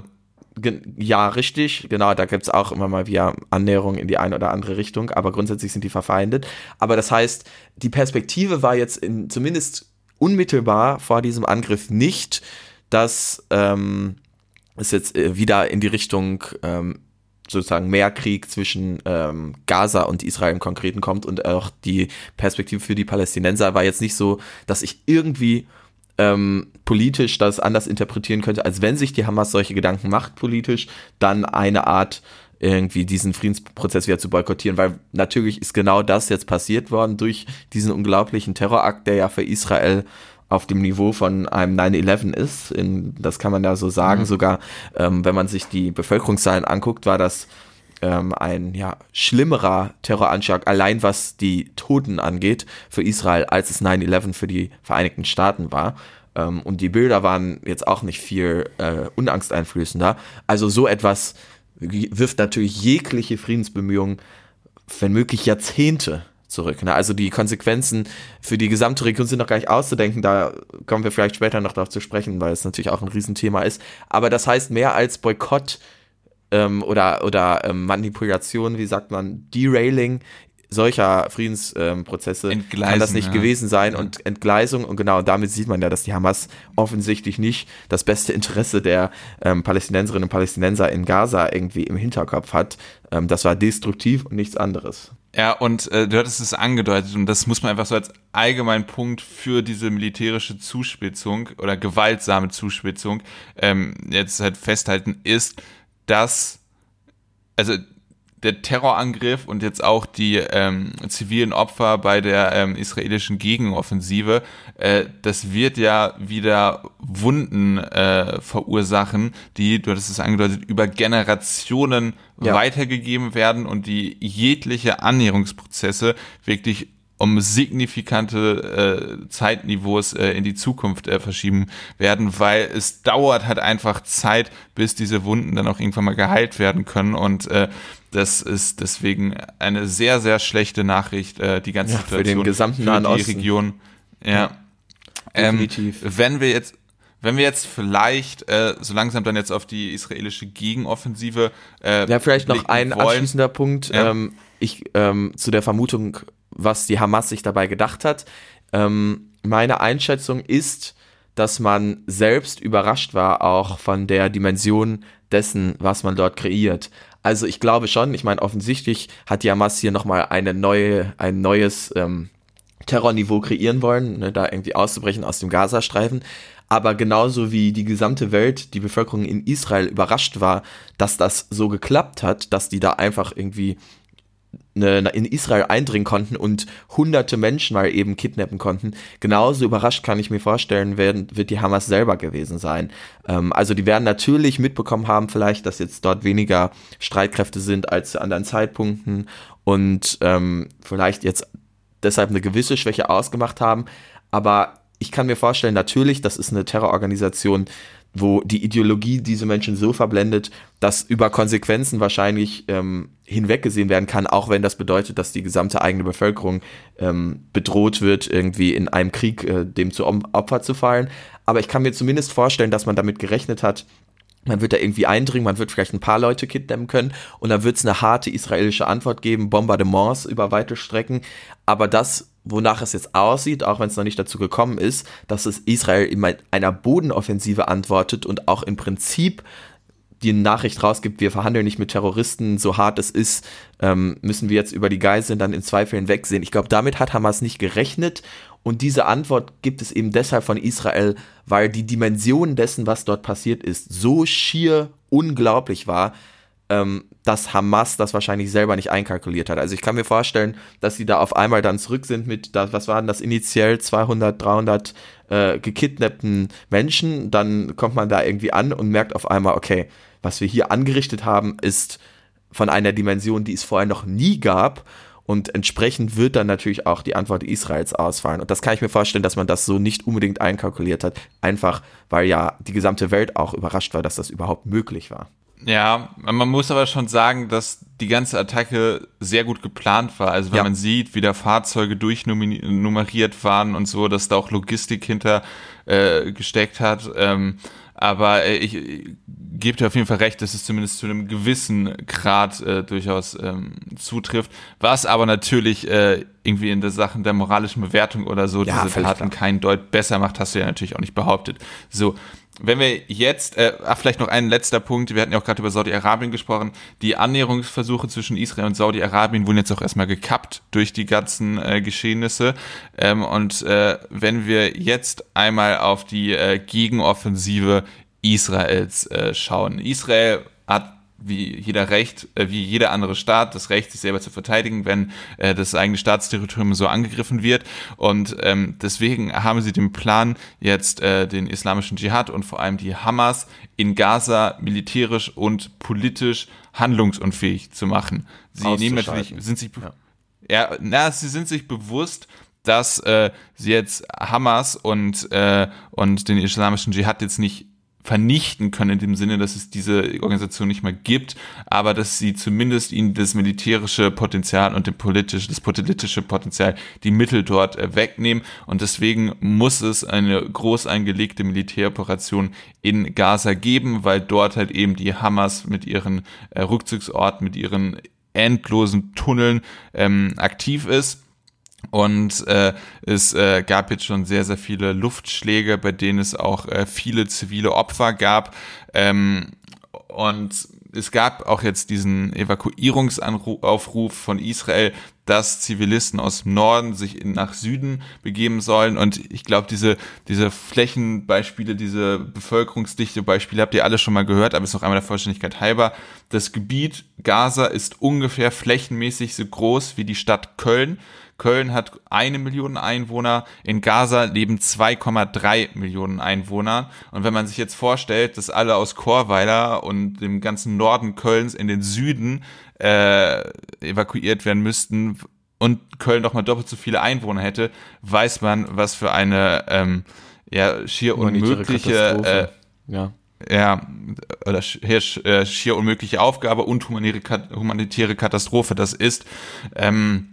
ja, richtig, genau, da gibt's auch immer mal wieder Annäherungen in die eine oder andere Richtung, aber grundsätzlich sind die verfeindet. Aber das heißt, die Perspektive war jetzt in, zumindest unmittelbar vor diesem Angriff nicht, dass ähm, es jetzt äh, wieder in die Richtung ähm, sozusagen mehr Krieg zwischen ähm, Gaza und Israel im Konkreten kommt, und auch die Perspektive für die Palästinenser war jetzt nicht so, dass ich irgendwie Ähm, politisch das anders interpretieren könnte, als wenn sich die Hamas solche Gedanken macht politisch, dann eine Art irgendwie diesen Friedensprozess wieder zu boykottieren, weil natürlich ist genau das jetzt passiert worden durch diesen unglaublichen Terrorakt, der ja für Israel auf dem Niveau von einem nine eleven ist, in, das kann man ja so sagen, mhm. sogar ähm, wenn man sich die Bevölkerungszahlen anguckt, war das ähm, ein ja schlimmerer Terroranschlag, allein was die Toten angeht, für Israel, als es nine eleven für die Vereinigten Staaten war. Ähm, und die Bilder waren jetzt auch nicht viel äh, unangsteinflößender. Also so etwas wirft natürlich jegliche Friedensbemühungen wenn möglich Jahrzehnte zurück. Ne? Also die Konsequenzen für die gesamte Region sind noch gar nicht auszudenken, da kommen wir vielleicht später noch darauf zu sprechen, weil es natürlich auch ein Riesenthema ist. Aber das heißt, mehr als Boykott ähm, oder, oder ähm, Manipulation, wie sagt man, Derailing solcher Friedensprozesse ähm, kann das nicht ja. gewesen sein ja. und Entgleisung und genau, damit sieht man ja, dass die Hamas offensichtlich nicht das beste Interesse der ähm, Palästinenserinnen und Palästinenser in Gaza irgendwie im Hinterkopf hat. Ähm, das war destruktiv und nichts anderes. Ja, und äh, du hattest es angedeutet und das muss man einfach so als allgemeinen Punkt für diese militärische Zuspitzung oder gewaltsame Zuspitzung ähm, jetzt halt festhalten, ist, dass also der Terrorangriff und jetzt auch die ähm, zivilen Opfer bei der ähm, israelischen Gegenoffensive, äh, das wird ja wieder Wunden äh, verursachen, die, du hattest es angedeutet, über Generationen ja. weitergegeben werden und die jegliche Annäherungsprozesse wirklich um signifikante äh, Zeitniveaus äh, in die Zukunft äh, verschieben werden, weil es dauert halt einfach Zeit, bis diese Wunden dann auch irgendwann mal geheilt werden können und äh, das ist deswegen eine sehr, sehr schlechte Nachricht, äh, die ganze ja, Situation für den gesamten für Nahen die Osten. Region. Ja, ja ähm, definitiv. Wenn wir jetzt Wenn wir jetzt vielleicht äh, so langsam dann jetzt auf die israelische Gegenoffensive äh, ja, vielleicht noch ein wollen. abschließender Punkt. Ja. Ähm, ich ähm, zu der Vermutung, was die Hamas sich dabei gedacht hat. Ähm, meine Einschätzung ist, dass man selbst überrascht war, auch von der Dimension dessen, was man dort kreiert. Also ich glaube schon, ich meine, offensichtlich hat die Hamas hier nochmal eine neue, ein neues ähm, Terrorniveau kreieren wollen, ne, da irgendwie auszubrechen aus dem Gazastreifen. Aber genauso wie die gesamte Welt, die Bevölkerung in Israel überrascht war, dass das so geklappt hat, dass die da einfach irgendwie ne, in Israel eindringen konnten und hunderte Menschen mal eben kidnappen konnten. Genauso überrascht kann ich mir vorstellen, werden, wird die Hamas selber gewesen sein. Ähm, also die werden natürlich mitbekommen haben vielleicht, dass jetzt dort weniger Streitkräfte sind als zu anderen Zeitpunkten und ähm, vielleicht jetzt deshalb eine gewisse Schwäche ausgemacht haben. Aber ich kann mir vorstellen, natürlich, das ist eine Terrororganisation, wo die Ideologie diese Menschen so verblendet, dass über Konsequenzen wahrscheinlich ähm, hinweggesehen werden kann, auch wenn das bedeutet, dass die gesamte eigene Bevölkerung ähm, bedroht wird, irgendwie in einem Krieg äh, dem zu Opfer zu fallen. Aber ich kann mir zumindest vorstellen, dass man damit gerechnet hat, man wird da irgendwie eindringen, man wird vielleicht ein paar Leute kidnappen können und dann wird es eine harte israelische Antwort geben, Bombardements über weite Strecken. Aber das, wonach es jetzt aussieht, auch wenn es noch nicht dazu gekommen ist, dass es Israel in einer Bodenoffensive antwortet und auch im Prinzip die Nachricht rausgibt, wir verhandeln nicht mit Terroristen, so hart es ist, ähm, müssen wir jetzt über die Geiseln dann in Zweifel hinwegsehen. Ich glaube, damit hat Hamas nicht gerechnet und diese Antwort gibt es eben deshalb von Israel, weil die Dimension dessen, was dort passiert ist, so schier unglaublich war, ähm, dass Hamas das wahrscheinlich selber nicht einkalkuliert hat. Also ich kann mir vorstellen, dass sie da auf einmal dann zurück sind mit, das, was waren das initiell, zweihundert, dreihundert äh, gekidnappten Menschen, dann kommt man da irgendwie an und merkt auf einmal, okay, was wir hier angerichtet haben, ist von einer Dimension, die es vorher noch nie gab und entsprechend wird dann natürlich auch die Antwort Israels ausfallen und das kann ich mir vorstellen, dass man das so nicht unbedingt einkalkuliert hat, einfach weil ja die gesamte Welt auch überrascht war, dass das überhaupt möglich war. Ja, man muss aber schon sagen, dass die ganze Attacke sehr gut geplant war. Also wenn ja. man sieht, wie da Fahrzeuge durchnummeriert waren und so, dass da auch Logistik hinter äh, gesteckt hat. Ähm, aber äh, ich, ich gebe dir auf jeden Fall recht, dass es zumindest zu einem gewissen Grad äh, durchaus ähm, zutrifft. Was aber natürlich äh, irgendwie in der Sachen der moralischen Bewertung oder so ja, diese Taten keinen Deut besser macht, hast du ja natürlich auch nicht behauptet. So. Wenn wir jetzt, äh, ach, vielleicht noch ein letzter Punkt, wir hatten ja auch gerade über Saudi-Arabien gesprochen, die Annäherungsversuche zwischen Israel und Saudi-Arabien wurden jetzt auch erstmal gekappt durch die ganzen äh, Geschehnisse ähm, und äh, wenn wir jetzt einmal auf die äh, Gegenoffensive Israels äh, schauen. Israel hat wie jeder Recht, äh, wie jeder andere Staat das Recht, sich selber zu verteidigen, wenn äh, das eigene Staatsterritorium so angegriffen wird. Und ähm, deswegen haben sie den Plan, jetzt äh, den islamischen Dschihad und vor allem die Hamas in Gaza militärisch und politisch handlungsunfähig zu machen. Sie nehmen natürlich, sind sich, ja. Ja, na, sie sind sich bewusst, dass äh, sie jetzt Hamas und äh, und den islamischen Dschihad jetzt nicht vernichten können, in dem Sinne, dass es diese Organisation nicht mehr gibt, aber dass sie zumindest ihnen das militärische Potenzial und den politische, das politische Potenzial, die Mittel dort äh, wegnehmen. Und deswegen muss es eine groß angelegte Militäroperation in Gaza geben, weil dort halt eben die Hamas mit ihren äh, Rückzugsorten, mit ihren endlosen Tunneln ähm, aktiv ist. Und äh, es äh, gab jetzt schon sehr, sehr viele Luftschläge, bei denen es auch äh, viele zivile Opfer gab. Ähm, und es gab auch jetzt diesen Evakuierungsaufruf von Israel, dass Zivilisten aus dem Norden sich in, nach Süden begeben sollen. Und ich glaube, diese diese Flächenbeispiele, diese bevölkerungsdichte Beispiele habt ihr alle schon mal gehört, aber es ist noch einmal der Vollständigkeit halber. Das Gebiet Gaza ist ungefähr flächenmäßig so groß wie die Stadt Köln. Köln hat eine Million Einwohner, in Gaza leben zwei Komma drei Millionen Einwohner. Und wenn man sich jetzt vorstellt, dass alle aus Chorweiler und dem ganzen Norden Kölns in den Süden äh, evakuiert werden müssten und Köln noch mal doppelt so viele Einwohner hätte, weiß man, was für eine ähm, ja, schier unmögliche äh, ja. ja, oder schier, äh, schier unmögliche Aufgabe und humanitäre Katastrophe das ist. Ähm,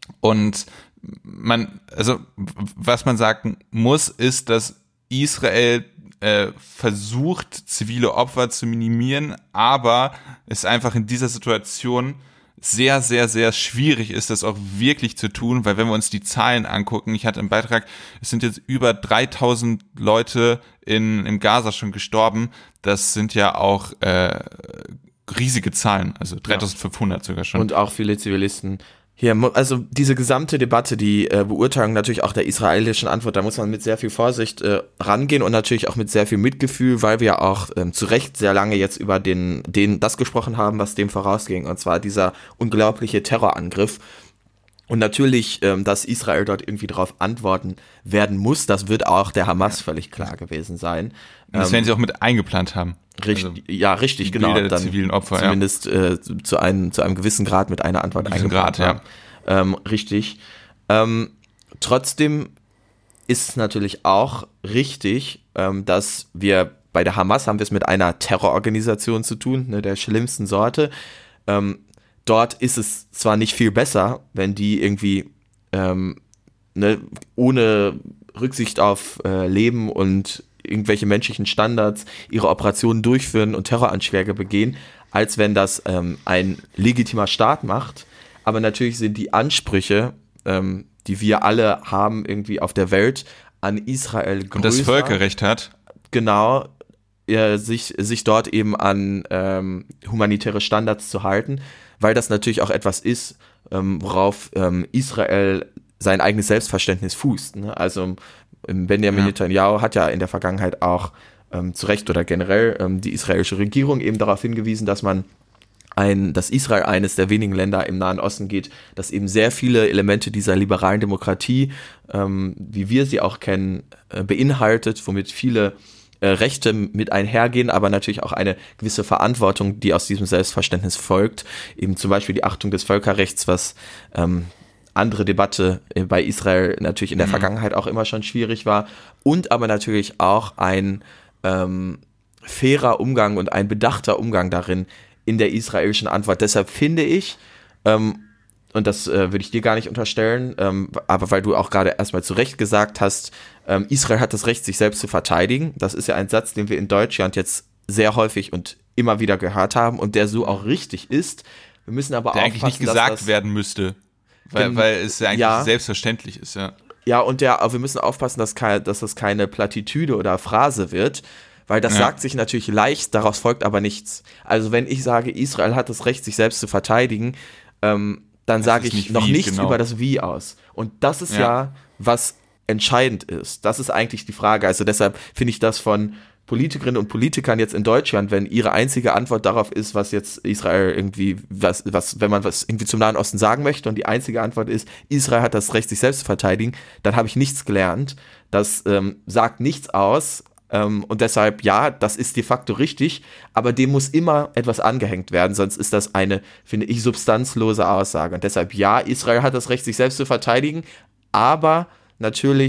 Und man, also was man sagen muss, ist, dass Israel äh, versucht, zivile Opfer zu minimieren, aber es einfach in dieser Situation sehr, sehr, sehr schwierig ist, das auch wirklich zu tun, weil wenn wir uns die Zahlen angucken, ich hatte im Beitrag, es sind jetzt über dreitausend Leute in, in Gaza schon gestorben, das sind ja auch äh, riesige Zahlen, also dreitausendfünfhundert sogar schon. Und auch viele Zivilisten. Hier, also diese gesamte Debatte, die äh, Beurteilung natürlich auch der israelischen Antwort, da muss man mit sehr viel Vorsicht äh, rangehen und natürlich auch mit sehr viel Mitgefühl, weil wir auch ähm, zu Recht sehr lange jetzt über den, den das gesprochen haben, was dem vorausging, und zwar dieser unglaubliche Terrorangriff. Und natürlich, ähm, dass Israel dort irgendwie darauf antworten werden muss, das wird auch der Hamas völlig klar gewesen sein. Und das werden sie auch mit eingeplant haben. Richtig, also, ja, richtig, genau. Der dann zivilen Opfer, zumindest ja. äh, zu, einem, zu einem gewissen Grad mit einer Antwort eingeplant Grad, haben. Ja. Ähm, richtig. Ähm, trotzdem ist es natürlich auch richtig, ähm, dass wir bei der Hamas haben wir es mit einer Terrororganisation zu tun, ne, der schlimmsten Sorte. Ähm, dort ist es zwar nicht viel besser, wenn die irgendwie ähm, ne, ohne Rücksicht auf äh, Leben und irgendwelche menschlichen Standards ihre Operationen durchführen und Terroranschläge begehen, als wenn das ähm, ein legitimer Staat macht. Aber natürlich sind die Ansprüche, ähm, die wir alle haben irgendwie auf der Welt, an Israel größer. Und das Völkerrecht hat. Genau, äh, sich, sich dort eben an ähm, humanitäre Standards zu halten, weil das natürlich auch etwas ist, ähm, worauf ähm, Israel sein eigenes Selbstverständnis fußt. Ne? Also Benjamin ja. Netanyahu hat ja in der Vergangenheit auch ähm, zu Recht oder generell ähm, die israelische Regierung eben darauf hingewiesen, dass man ein, dass Israel eines der wenigen Länder im Nahen Osten geht, das eben sehr viele Elemente dieser liberalen Demokratie, ähm, wie wir sie auch kennen, äh, beinhaltet, womit viele äh, Rechte mit einhergehen, aber natürlich auch eine gewisse Verantwortung, die aus diesem Selbstverständnis folgt, eben zum Beispiel die Achtung des Völkerrechts, was ähm, andere Debatte bei Israel natürlich in der mhm. Vergangenheit auch immer schon schwierig war, und aber natürlich auch ein ähm, fairer Umgang und ein bedachter Umgang darin in der israelischen Antwort. Deshalb finde ich, ähm, und das äh, würde ich dir gar nicht unterstellen, ähm, aber weil du auch gerade erstmal zu Recht gesagt hast, ähm, Israel hat das Recht, sich selbst zu verteidigen. Das ist ja ein Satz, den wir in Deutschland jetzt sehr häufig und immer wieder gehört haben und der so auch richtig ist. Wir müssen aber der aufpassen, eigentlich nicht gesagt dass das werden müsste. Weil, Gen- weil es ja eigentlich ja. selbstverständlich ist, ja. Ja, und der, aber wir müssen aufpassen, dass, ke- dass das keine Plattitüde oder Phrase wird, weil das Ja. sagt sich natürlich leicht, daraus folgt aber nichts. Also wenn ich sage, Israel hat das Recht, sich selbst zu verteidigen, ähm, dann Das sage ist ich nicht noch wie, nichts genau. über das Wie aus. Und das ist ja. Ja. was entscheidend ist. Das ist eigentlich die Frage. Also deshalb finde ich das von Politikerinnen und Politikern jetzt in Deutschland, wenn ihre einzige Antwort darauf ist, was jetzt Israel irgendwie, was, was, wenn man was irgendwie zum Nahen Osten sagen möchte und die einzige Antwort ist, Israel hat das Recht, sich selbst zu verteidigen, dann habe ich nichts gelernt. Das ähm, sagt nichts aus ähm, und deshalb, ja, das ist de facto richtig, aber dem muss immer etwas angehängt werden, sonst ist das eine, finde ich, substanzlose Aussage. Und deshalb, ja, Israel hat das Recht, sich selbst zu verteidigen, aber natürlich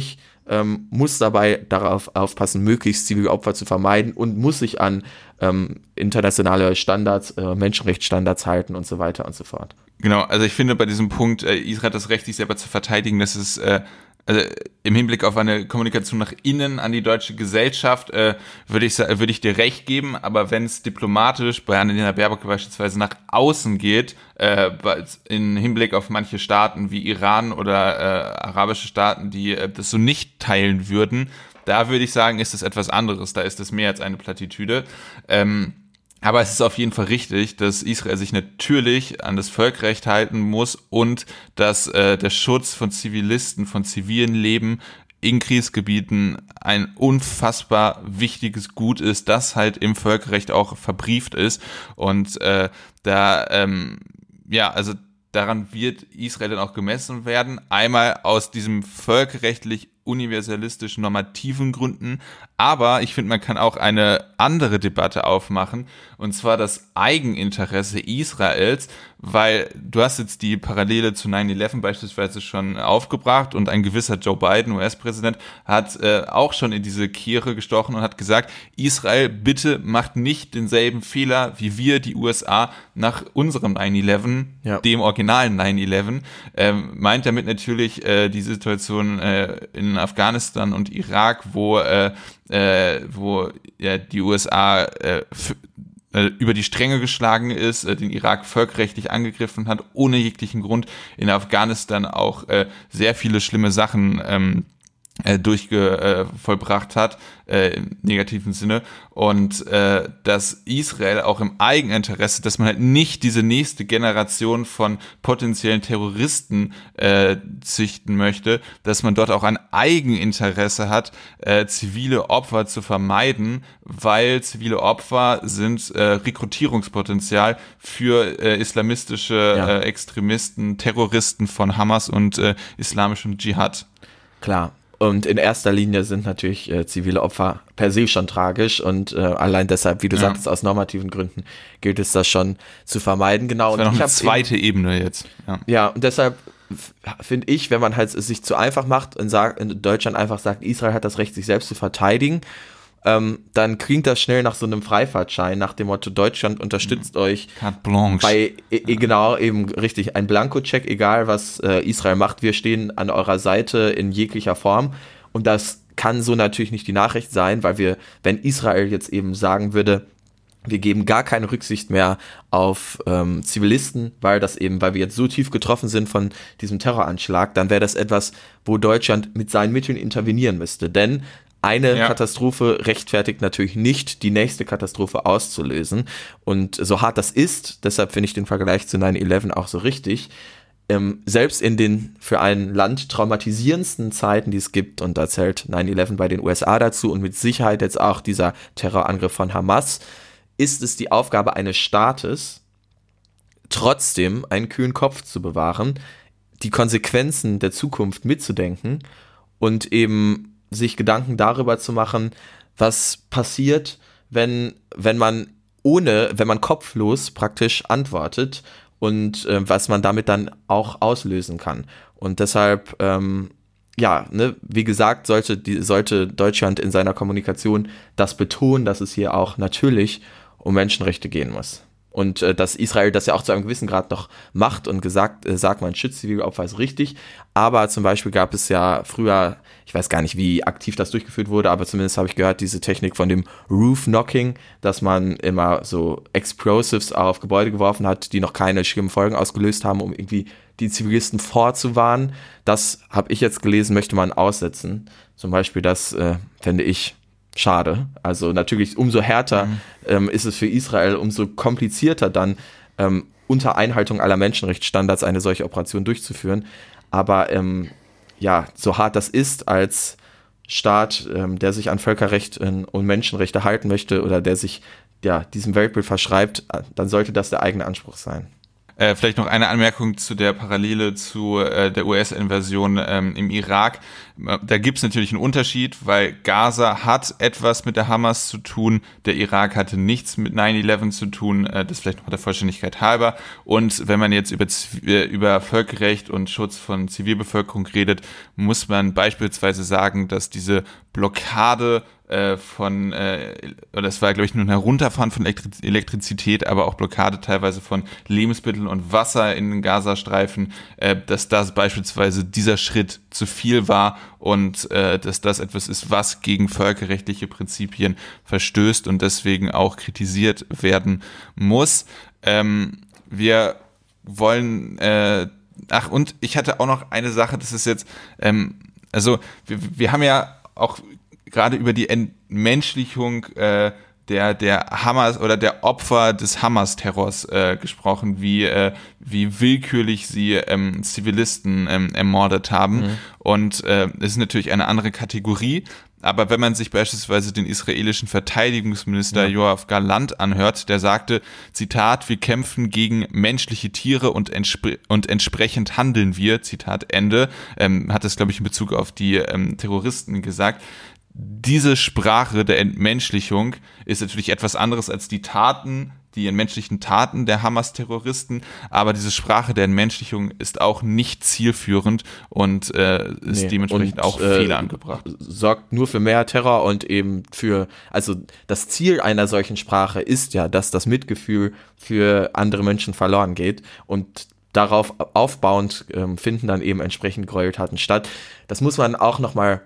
ähm, muss dabei darauf aufpassen, möglichst zivile Opfer zu vermeiden und muss sich an ähm, internationale Standards, äh, Menschenrechtsstandards halten und so weiter und so fort. Genau, also ich finde bei diesem Punkt, äh, Israel hat das Recht, sich selber zu verteidigen, das ist äh, also im Hinblick auf eine Kommunikation nach innen an die deutsche Gesellschaft äh, würde ich würde ich dir recht geben, aber wenn es diplomatisch bei Annalena Baerbock beispielsweise nach außen geht, äh, in Hinblick auf manche Staaten wie Iran oder äh, arabische Staaten, die äh, das so nicht teilen würden, da würde ich sagen, ist es etwas anderes, da ist es mehr als eine Plattitüde. Ähm, Aber es ist auf jeden Fall richtig, dass Israel sich natürlich an das Völkerrecht halten muss und dass äh, der Schutz von Zivilisten, von zivilen Leben in Kriegsgebieten ein unfassbar wichtiges Gut ist, das halt im Völkerrecht auch verbrieft ist. Und äh, da, ähm, ja, also daran wird Israel dann auch gemessen werden. Einmal aus diesem völkerrechtlich universalistischen, normativen Gründen. Aber ich finde, man kann auch eine andere Debatte aufmachen, und zwar das Eigeninteresse Israels, weil du hast jetzt die Parallele zu nine eleven beispielsweise schon aufgebracht und ein gewisser Joe Biden, U S-Präsident, hat äh, auch schon in diese Kehre gestochen und hat gesagt, Israel, bitte macht nicht denselben Fehler wie wir, die U S A, nach unserem nine eleven, ja. dem originalen nine eleven. Ähm, meint damit natürlich äh, die Situation äh, in Afghanistan und Irak, wo äh, äh, wo ja, die U S A äh, f- äh, über die Stränge geschlagen ist, äh, den Irak völkerrechtlich angegriffen hat, ohne jeglichen Grund, in Afghanistan auch äh, sehr viele schlimme Sachen ähm, äh, durchge äh, vollbracht hat, äh, im negativen Sinne, und äh, dass Israel auch im Eigeninteresse, dass man halt nicht diese nächste Generation von potenziellen Terroristen äh, züchten möchte, dass man dort auch ein Eigeninteresse hat, äh, zivile Opfer zu vermeiden, weil zivile Opfer sind äh, Rekrutierungspotenzial für äh, islamistische ja. äh, Extremisten, Terroristen von Hamas und äh, islamischem Dschihad. Klar. Und in erster Linie sind natürlich äh, zivile Opfer per se schon tragisch und äh, allein deshalb, wie du ja. sagtest, aus normativen Gründen gilt es das schon zu vermeiden. Genau. Das wäre noch eine eine zweite eben, Ebene jetzt. Ja, ja und deshalb f- finde ich, wenn man halt es sich zu einfach macht und sagt, in Deutschland einfach sagt, Israel hat das Recht, sich selbst zu verteidigen, ähm, dann klingt das schnell nach so einem Freifahrtschein, nach dem Motto, Deutschland unterstützt mhm. euch Carte blanche. Bei, e- genau, eben richtig, ein Blankocheck, egal was äh, Israel macht, wir stehen an eurer Seite in jeglicher Form, und das kann so natürlich nicht die Nachricht sein, weil wir, wenn Israel jetzt eben sagen würde, wir geben gar keine Rücksicht mehr auf ähm, Zivilisten, weil das eben, weil wir jetzt so tief getroffen sind von diesem Terroranschlag, dann wäre das etwas, wo Deutschland mit seinen Mitteln intervenieren müsste, denn eine ja. Katastrophe rechtfertigt natürlich nicht, die nächste Katastrophe auszulösen. Und so hart das ist, deshalb finde ich den Vergleich zu nine eleven auch so richtig, ähm, selbst in den für ein Land traumatisierendsten Zeiten, die es gibt, und da zählt nine eleven bei den U S A dazu und mit Sicherheit jetzt auch dieser Terrorangriff von Hamas, ist es die Aufgabe eines Staates, trotzdem einen kühlen Kopf zu bewahren, die Konsequenzen der Zukunft mitzudenken und eben sich Gedanken darüber zu machen, was passiert, wenn, wenn man ohne, wenn man kopflos praktisch antwortet und äh, was man damit dann auch auslösen kann. Und deshalb, ähm, ja, ne, wie gesagt, sollte, die, sollte Deutschland in seiner Kommunikation das betonen, dass es hier auch natürlich um Menschenrechte gehen muss. Und äh, dass Israel das ja auch zu einem gewissen Grad noch macht und gesagt, äh, sagt man, schützt zivile Opfer ist richtig. Aber zum Beispiel gab es ja früher, ich weiß gar nicht, wie aktiv das durchgeführt wurde, aber zumindest habe ich gehört, diese Technik von dem Roof Knocking, dass man immer so Explosives auf Gebäude geworfen hat, die noch keine schlimmen Folgen ausgelöst haben, um irgendwie die Zivilisten vorzuwarnen. Das habe ich jetzt gelesen, möchte man aussetzen. Zum Beispiel das, äh, fände ich, schade. Also natürlich umso härter mhm. ähm, ist es für Israel, umso komplizierter dann ähm, unter Einhaltung aller Menschenrechtsstandards eine solche Operation durchzuführen. Aber ähm, ja, so hart das ist als Staat, ähm, der sich an Völkerrecht äh, und Menschenrechte halten möchte oder der sich ja diesem Weltbild verschreibt, dann sollte das der eigene Anspruch sein. Äh, vielleicht noch eine Anmerkung zu der Parallele zu äh, der U S-Invasion ähm, im Irak. Da gibt es natürlich einen Unterschied, weil Gaza hat etwas mit der Hamas zu tun, der Irak hatte nichts mit nine eleven zu tun, äh, das vielleicht noch der Vollständigkeit halber. Und wenn man jetzt über, über Völkerrecht und Schutz von Zivilbevölkerung redet, muss man beispielsweise sagen, dass diese Blockade äh, von, äh, oder es war glaube ich nur ein Herunterfahren von Elektri- Elektrizität, aber auch Blockade teilweise von Lebensmitteln und Wasser in den Gazastreifen, äh, dass das beispielsweise dieser Schritt zu viel war und äh, dass das etwas ist, was gegen völkerrechtliche Prinzipien verstößt und deswegen auch kritisiert werden muss. Ähm, wir wollen, äh, ach und ich hatte auch noch eine Sache, das ist jetzt, ähm, also wir, wir haben ja auch gerade über die Entmenschlichung äh, der der Hamas oder der Opfer des Hamas-Terrors äh, gesprochen, wie äh, wie willkürlich sie ähm, Zivilisten ähm, ermordet haben. Mhm. Und äh, es ist natürlich eine andere Kategorie. Aber wenn man sich beispielsweise den israelischen Verteidigungsminister ja. Yoav Gallant anhört, der sagte, Zitat, wir kämpfen gegen menschliche Tiere und, entspre- und entsprechend handeln wir, Zitat Ende, ähm, hat das, glaube ich, in Bezug auf die ähm, Terroristen gesagt. Diese Sprache der Entmenschlichung ist natürlich etwas anderes als die Taten, die entmenschlichen Taten der Hamas-Terroristen, aber diese Sprache der Entmenschlichung ist auch nicht zielführend und äh, ist nee. dementsprechend und, auch äh, Fehler angebracht. Sorgt nur für mehr Terror und eben für, also das Ziel einer solchen Sprache ist ja, dass das Mitgefühl für andere Menschen verloren geht und darauf aufbauend ähm, finden dann eben entsprechend Gräueltaten statt. Das muss man auch nochmal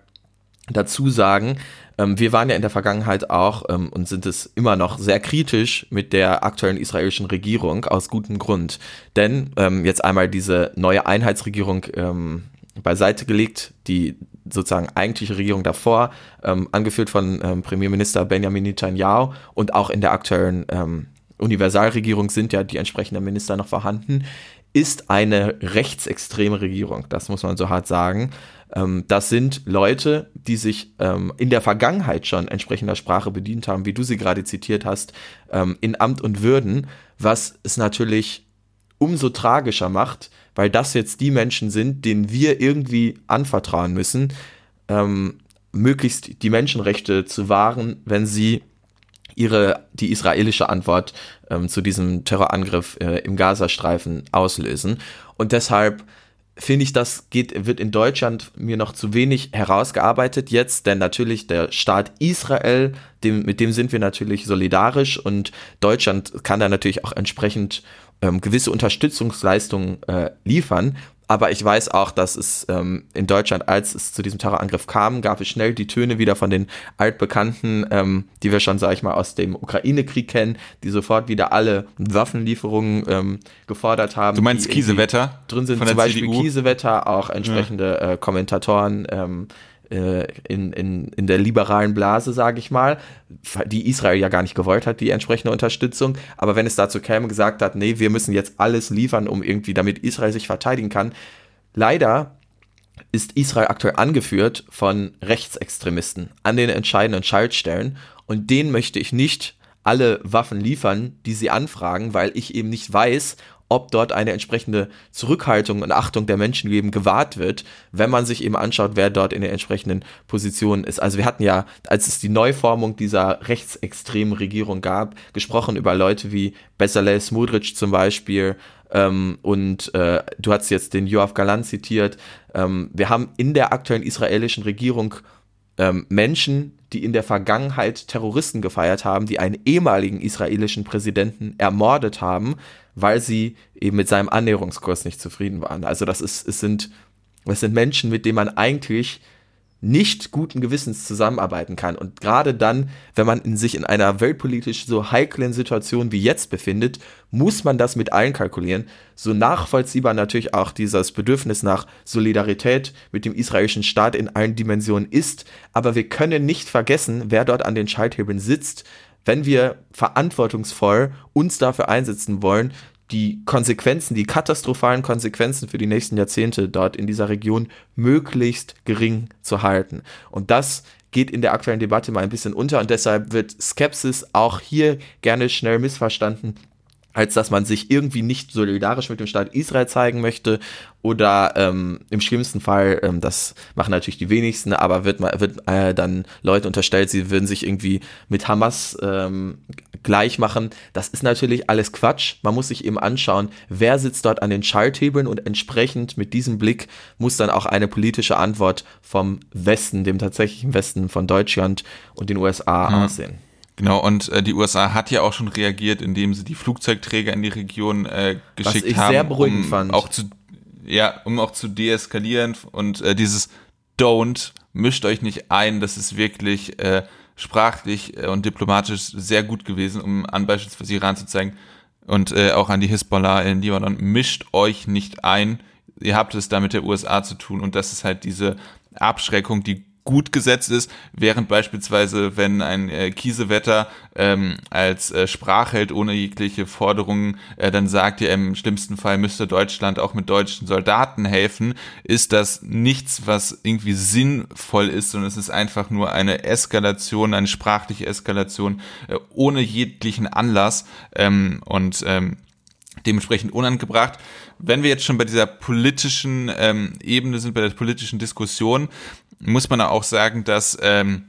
dazu sagen, ähm, wir waren ja in der Vergangenheit auch ähm, und sind es immer noch sehr kritisch mit der aktuellen israelischen Regierung aus gutem Grund. Denn ähm, jetzt einmal diese neue Einheitsregierung ähm, beiseite gelegt, die sozusagen eigentliche Regierung davor, ähm, angeführt von ähm, Premierminister Benjamin Netanyahu und auch in der aktuellen ähm, Universalregierung sind ja die entsprechenden Minister noch vorhanden, ist eine rechtsextreme Regierung, das muss man so hart sagen. Ähm, das sind Leute, die sich ähm, in der Vergangenheit schon entsprechender Sprache bedient haben, wie du sie gerade zitiert hast, ähm, in Amt und Würden, was es natürlich umso tragischer macht, weil das jetzt die Menschen sind, denen wir irgendwie anvertrauen müssen, ähm, möglichst die Menschenrechte zu wahren, wenn sie ihre die israelische Antwort ähm, zu diesem Terrorangriff äh, im Gazastreifen auslösen. Und deshalb finde ich, das geht, wird in Deutschland mir noch zu wenig herausgearbeitet jetzt, denn natürlich der Staat Israel, dem, mit dem sind wir natürlich solidarisch und Deutschland kann da natürlich auch entsprechend ähm, gewisse Unterstützungsleistungen äh, liefern. Aber ich weiß auch, dass es ähm, in Deutschland, als es zu diesem Terrorangriff kam, gab es schnell die Töne wieder von den Altbekannten, ähm, die wir schon, sag ich mal, aus dem Ukraine-Krieg kennen, die sofort wieder alle Waffenlieferungen ähm, gefordert haben. Du meinst Kiesewetter? Drin sind zum Beispiel C D U? Kiesewetter, auch entsprechende ja. äh, Kommentatoren ähm, äh, in, in, in der liberalen Blase, sage ich mal, die Israel ja gar nicht gewollt hat, die entsprechende Unterstützung. Aber wenn es dazu käme, gesagt hat, nee, wir müssen jetzt alles liefern, um irgendwie, damit Israel sich verteidigen kann. Leider ist Israel aktuell angeführt von Rechtsextremisten an den entscheidenden Schaltstellen und denen möchte ich nicht alle Waffen liefern, die sie anfragen, weil ich eben nicht weiß, ob dort eine entsprechende Zurückhaltung und Achtung der Menschenleben gewahrt wird, wenn man sich eben anschaut, wer dort in den entsprechenden Positionen ist. Also wir hatten ja, als es die Neuformung dieser rechtsextremen Regierung gab, gesprochen über Leute wie Bezalel Smotrich zum Beispiel, ähm, und äh, du hast jetzt den Yoav Gallant zitiert. Ähm, wir haben in der aktuellen israelischen Regierung ähm, Menschen, die in der Vergangenheit Terroristen gefeiert haben, die einen ehemaligen israelischen Präsidenten ermordet haben, weil sie eben mit seinem Annäherungskurs nicht zufrieden waren. Also das ist, es sind, es sind Menschen, mit denen man eigentlich nicht guten Gewissens zusammenarbeiten kann. Und gerade dann, wenn man in sich in einer weltpolitisch so heiklen Situation wie jetzt befindet, muss man das mit allen kalkulieren. So nachvollziehbar natürlich auch dieses Bedürfnis nach Solidarität mit dem israelischen Staat in allen Dimensionen ist. Aber wir können nicht vergessen, wer dort an den Schalthebeln sitzt, wenn wir verantwortungsvoll uns dafür einsetzen wollen, die Konsequenzen, die katastrophalen Konsequenzen für die nächsten Jahrzehnte dort in dieser Region möglichst gering zu halten. Und das geht in der aktuellen Debatte mal ein bisschen unter und deshalb wird Skepsis auch hier gerne schnell missverstanden als dass man sich irgendwie nicht solidarisch mit dem Staat Israel zeigen möchte oder ähm, im schlimmsten Fall, ähm, das machen natürlich die wenigsten, aber wird, wird äh, dann Leute unterstellt, sie würden sich irgendwie mit Hamas ähm, gleich machen. Das ist natürlich alles Quatsch. Man muss sich eben anschauen, wer sitzt dort an den Schalthebeln und entsprechend mit diesem Blick muss dann auch eine politische Antwort vom Westen, dem tatsächlichen Westen von Deutschland und den U S A mhm. aussehen. Genau, und äh, die U S A hat ja auch schon reagiert, indem sie die Flugzeugträger in die Region äh, geschickt Was ich haben, sehr beruhigend um fand. auch zu, ja, um auch zu deeskalieren. Und äh, dieses Don't, mischt euch nicht ein, das ist wirklich äh, sprachlich äh, und diplomatisch sehr gut gewesen, um an beispielsweise Iran zu zeigen und äh, auch an die Hisbollah in Libanon, mischt euch nicht ein, ihr habt es da mit der U S A zu tun und das ist halt diese Abschreckung, die gut gesetzt ist, während beispielsweise, wenn ein äh, Kiesewetter ähm, als äh, Sprachheld ohne jegliche Forderungen äh, dann sagt, ja, im schlimmsten Fall müsste Deutschland auch mit deutschen Soldaten helfen, ist das nichts, was irgendwie sinnvoll ist, sondern es ist einfach nur eine Eskalation, eine sprachliche Eskalation äh, ohne jeglichen Anlass ähm, und ähm, dementsprechend unangebracht. Wenn wir jetzt schon bei dieser politischen ähm, Ebene sind, bei der politischen Diskussion, muss man auch sagen, dass ähm,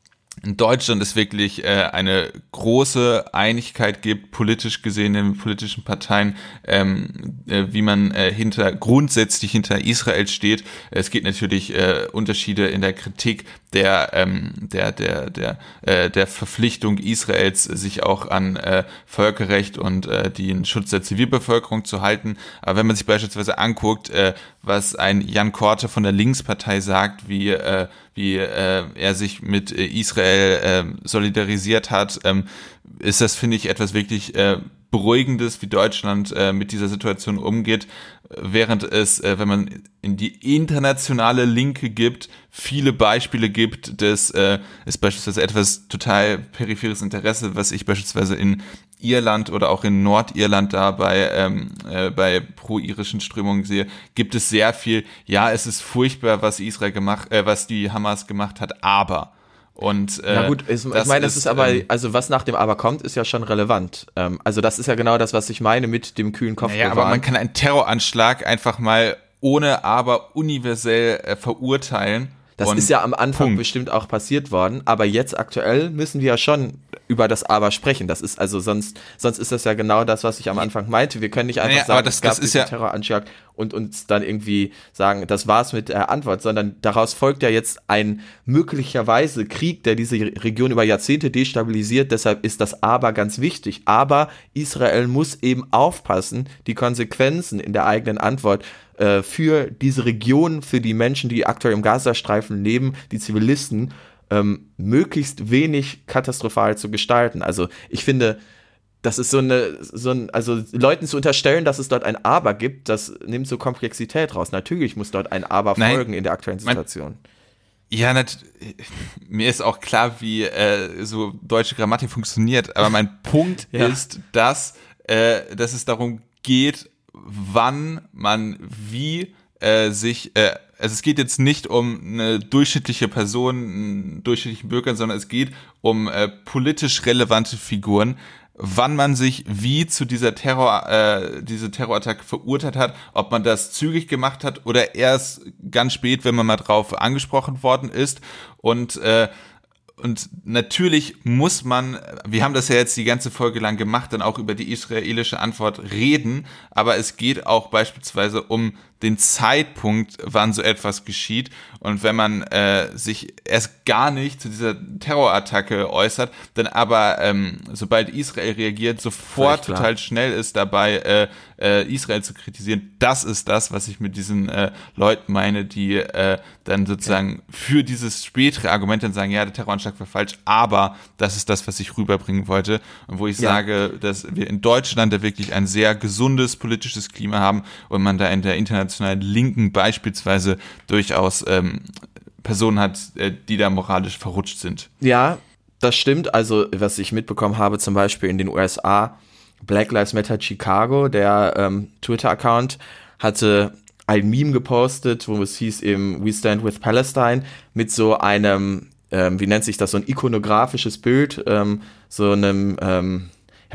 in Deutschland es wirklich äh, eine große Einigkeit gibt, politisch gesehen in den politischen Parteien, ähm, äh, wie man äh, hinter grundsätzlich hinter Israel steht. Es gibt natürlich äh, Unterschiede in der Kritik der ähm, der der der äh, der Verpflichtung Israels, sich auch an äh, Völkerrecht und äh, den Schutz der Zivilbevölkerung zu halten. Aber wenn man sich beispielsweise anguckt, äh, was ein Jan Korte von der Linkspartei sagt, wie äh, wie äh, er sich mit äh, Israel äh, solidarisiert hat, ähm, ist das, finde ich, etwas wirklich äh, Beruhigendes, wie Deutschland äh, mit dieser Situation umgeht, während es, äh, wenn man in die internationale Linke gibt, viele Beispiele gibt, dass äh, es beispielsweise etwas total peripheres Interesse, was ich beispielsweise in Irland oder auch in Nordirland da bei, ähm, äh, bei pro-irischen Strömungen sehe, gibt es sehr viel, ja, es ist furchtbar, was Israel gemacht, äh, was die Hamas gemacht hat, aber und äh, ja gut, ich, ich meine, das ist, ist aber, ähm, also was nach dem Aber kommt, ist ja schon relevant. Ähm, also das ist ja genau das, was ich meine mit dem kühlen Kopf. Ja, naja, aber man kann einen Terroranschlag einfach mal ohne Aber universell äh, verurteilen. Das ist ja am Anfang Punkt. bestimmt auch passiert worden, aber jetzt aktuell müssen wir ja schon über das Aber sprechen. Das ist also sonst, sonst ist das ja genau das, was ich am Anfang meinte. Wir können nicht einfach naja, sagen, das, es gab diesen ja Terroranschlag und uns dann irgendwie sagen, das war's mit der Antwort, sondern daraus folgt ja jetzt ein möglicherweise Krieg, der diese Region über Jahrzehnte destabilisiert. Deshalb ist das Aber ganz wichtig. Aber Israel muss eben aufpassen, die Konsequenzen in der eigenen Antwort für diese Region, für die Menschen, die aktuell im Gazastreifen leben, die Zivilisten, ähm, möglichst wenig katastrophal zu gestalten. Also ich finde, das ist so eine, so ein, also Leuten zu unterstellen, dass es dort ein Aber gibt, das nimmt so Komplexität raus. Natürlich muss dort ein Aber Nein, folgen in der aktuellen Situation. Mein, ja, nat- mir ist auch klar, wie äh, so deutsche Grammatik funktioniert, aber mein Punkt ja. ist, dass, äh, dass es darum geht, wann man wie äh, sich, äh, also es geht jetzt nicht um eine durchschnittliche Person, einen durchschnittlichen Bürger, sondern es geht um äh, politisch relevante Figuren, wann man sich wie zu dieser Terror, äh, diese Terrorattacke verurteilt hat, ob man das zügig gemacht hat oder erst ganz spät, wenn man mal drauf angesprochen worden ist und äh, Und natürlich muss man, wir haben das ja jetzt die ganze Folge lang gemacht, dann auch über die israelische Antwort reden, aber es geht auch beispielsweise um den Zeitpunkt, wann so etwas geschieht. Und wenn man äh, sich erst gar nicht zu dieser Terrorattacke äußert, dann aber, ähm, sobald Israel reagiert, sofort total schnell ist dabei, äh, äh, Israel zu kritisieren. Das ist das, was ich mit diesen äh, Leuten meine, die äh, dann sozusagen ja. für dieses spätere Argument dann sagen, ja, der Terroranschlag war falsch, aber das ist das, was ich rüberbringen wollte. Und wo ich ja. sage, dass wir in Deutschland da wirklich ein sehr gesundes politisches Klima haben und man da in der internationalen Linken beispielsweise durchaus ähm, Personen hat, äh, die da moralisch verrutscht sind. Ja, das stimmt. Also was ich mitbekommen habe, zum Beispiel in den U S A, Black Lives Matter Chicago, der ähm, Twitter-Account, hatte ein Meme gepostet, wo es hieß eben We Stand with Palestine, mit so einem, ähm, wie nennt sich das, so ein ikonografisches Bild, ähm, so einem, ähm, ja,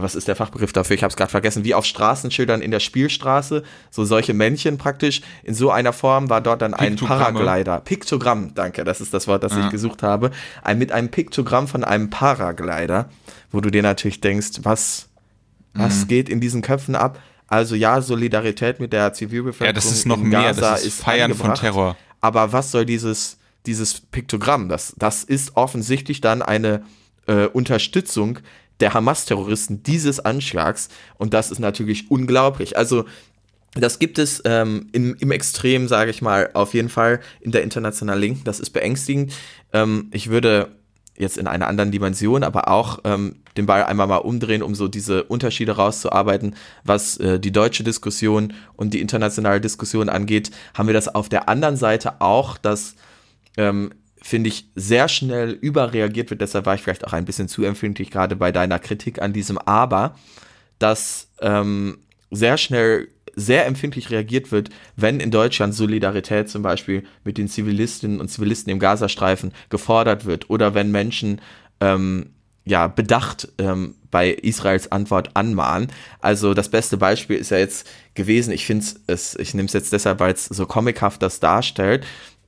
ja, was ist der Fachbegriff dafür? Ich habe es gerade vergessen, wie auf Straßenschildern in der Spielstraße, so solche Männchen praktisch. In so einer Form war dort dann ein Paraglider. Piktogramm, danke, das ist das Wort, das ja. ich gesucht habe. Ein, mit einem Piktogramm von einem Paraglider, wo du dir natürlich denkst, was, was mhm. geht in diesen Köpfen ab? Also ja, Solidarität mit der Zivilbevölkerung. Ja, das ist noch mehr, Gaza das ist, ist Feiern von Terror. Aber was soll dieses, dieses Piktogramm? Das, das ist offensichtlich dann eine äh, Unterstützung der Hamas-Terroristen dieses Anschlags. Und das ist natürlich unglaublich. Also das gibt es ähm, im, im Extrem, sage ich mal, auf jeden Fall in der internationalen Linken. Das ist beängstigend. Ähm, ich würde jetzt in einer anderen Dimension, aber auch ähm, den Ball einmal mal umdrehen, um so diese Unterschiede rauszuarbeiten, was äh, die deutsche Diskussion und die internationale Diskussion angeht, haben wir das auf der anderen Seite auch, dass, ähm, finde ich, sehr schnell überreagiert wird, deshalb war ich vielleicht auch ein bisschen zu empfindlich, gerade bei deiner Kritik an diesem Aber, dass ähm, sehr schnell sehr empfindlich reagiert wird, wenn in Deutschland Solidarität zum Beispiel mit den Zivilistinnen und Zivilisten im Gazastreifen gefordert wird oder wenn Menschen ähm, ja bedacht ähm, bei Israels Antwort anmahnen. Also das beste Beispiel ist ja jetzt gewesen, ich finde es, ich nehme es jetzt deshalb, weil es so comichaft das darstellt,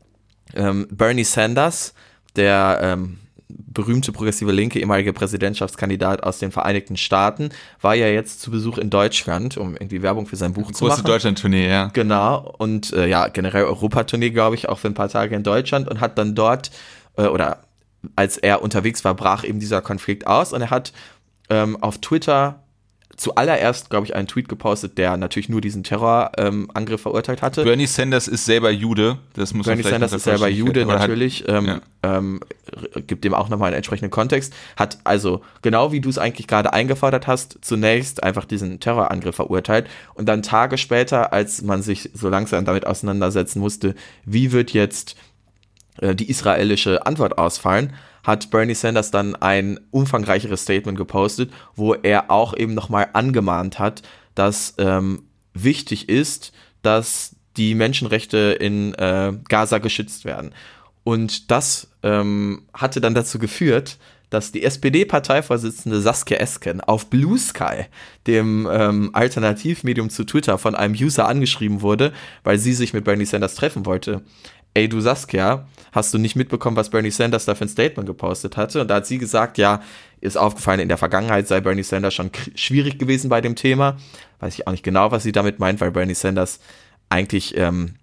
ähm, Bernie Sanders, der ähm, berühmte progressive Linke, ehemalige Präsidentschaftskandidat aus den Vereinigten Staaten, war ja jetzt zu Besuch in Deutschland, um irgendwie Werbung für sein Buch zu machen. Große Deutschland-Tournee, ja. Genau, und äh, ja, generell Europatournee, glaube ich, auch für ein paar Tage in Deutschland und hat dann dort, äh, oder als er unterwegs war, brach eben dieser Konflikt aus und er hat ähm, auf Twitter zuallererst, glaube ich, einen Tweet gepostet, der natürlich nur diesen Terrorangriff ähm, verurteilt hatte. Bernie Sanders ist selber Jude, das muss man Bernie Sanders ist selber Jude, natürlich, hat, ähm, ja. ähm, gibt dem auch nochmal einen entsprechenden Kontext, hat also, genau wie du es eigentlich gerade eingefordert hast, zunächst einfach diesen Terrorangriff verurteilt und dann Tage später, als man sich so langsam damit auseinandersetzen musste, wie wird jetzt äh, die israelische Antwort ausfallen, hat Bernie Sanders dann ein umfangreicheres Statement gepostet, wo er auch eben nochmal angemahnt hat, dass ähm, wichtig ist, dass die Menschenrechte in äh, Gaza geschützt werden. Und das ähm, hatte dann dazu geführt, dass die S P D-Parteivorsitzende Saskia Esken auf Blue Sky, dem ähm, Alternativmedium zu Twitter, von einem User angeschrieben wurde, weil sie sich mit Bernie Sanders treffen wollte. Ey, du Saskia, hast du nicht mitbekommen, was Bernie Sanders da für ein Statement gepostet hatte? Und da hat sie gesagt, ja, ist aufgefallen, in der Vergangenheit sei Bernie Sanders schon k- schwierig gewesen bei dem Thema. Weiß ich auch nicht genau, was sie damit meint, weil Bernie Sanders eigentlich ähm,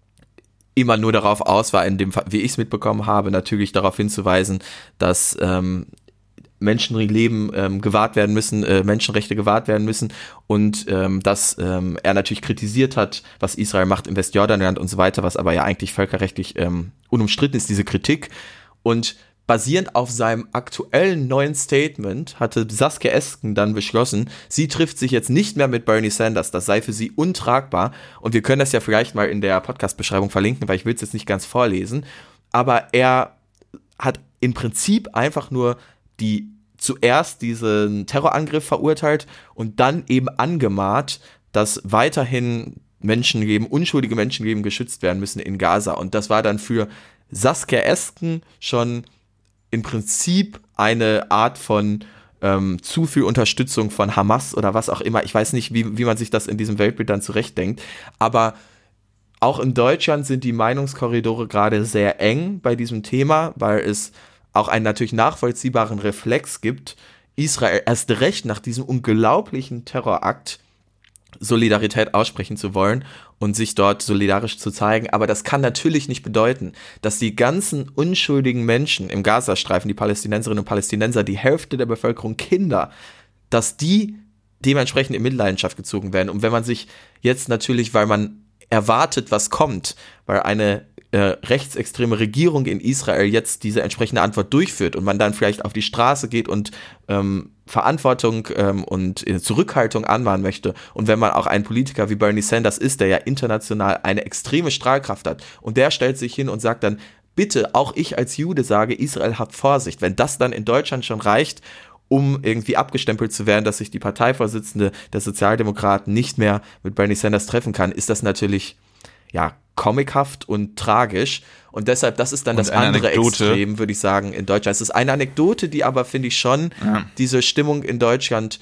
immer nur darauf aus war, in dem Fall, wie ich es mitbekommen habe, natürlich darauf hinzuweisen, dass ähm, Menschenleben ähm, gewahrt werden müssen, äh, Menschenrechte gewahrt werden müssen und ähm, dass ähm, er natürlich kritisiert hat, was Israel macht im Westjordanland und so weiter, was aber ja eigentlich völkerrechtlich ähm, unumstritten ist, diese Kritik. Und basierend auf seinem aktuellen neuen Statement hatte Saskia Esken dann beschlossen, sie trifft sich jetzt nicht mehr mit Bernie Sanders, das sei für sie untragbar und wir können das ja vielleicht mal in der Podcast-Beschreibung verlinken, weil ich will es jetzt nicht ganz vorlesen, aber er hat im Prinzip einfach nur die zuerst diesen Terrorangriff verurteilt und dann eben angemahnt, dass weiterhin Menschenleben, unschuldige Menschenleben geschützt werden müssen in Gaza. Und das war dann für Saskia Esken schon im Prinzip eine Art von ähm, zu viel Unterstützung von Hamas oder was auch immer. Ich weiß nicht, wie, wie man sich das in diesem Weltbild dann zurechtdenkt. Aber auch in Deutschland sind die Meinungskorridore gerade sehr eng bei diesem Thema, weil es auch einen natürlich nachvollziehbaren Reflex gibt, Israel erst recht nach diesem unglaublichen Terrorakt Solidarität aussprechen zu wollen und sich dort solidarisch zu zeigen. Aber das kann natürlich nicht bedeuten, dass die ganzen unschuldigen Menschen im Gazastreifen, die Palästinenserinnen und Palästinenser, die Hälfte der Bevölkerung, Kinder, dass die dementsprechend in Mitleidenschaft gezogen werden. Und wenn man sich jetzt natürlich, weil man erwartet, was kommt, weil eine äh, rechtsextreme Regierung in Israel jetzt diese entsprechende Antwort durchführt und man dann vielleicht auf die Straße geht und ähm, Verantwortung ähm, und äh, Zurückhaltung anmahnen möchte und wenn man auch ein Politiker wie Bernie Sanders ist, der ja international eine extreme Strahlkraft hat und der stellt sich hin und sagt dann, bitte, auch ich als Jude sage, Israel habt Vorsicht, wenn das dann in Deutschland schon reicht, um irgendwie abgestempelt zu werden, dass sich die Parteivorsitzende der Sozialdemokraten nicht mehr mit Bernie Sanders treffen kann, ist das natürlich, ja, comichaft und tragisch. Und deshalb, das ist dann und das andere Anekdote. Extrem, würde ich sagen, in Deutschland. Es ist eine Anekdote, die aber, finde ich schon, ja. diese Stimmung in Deutschland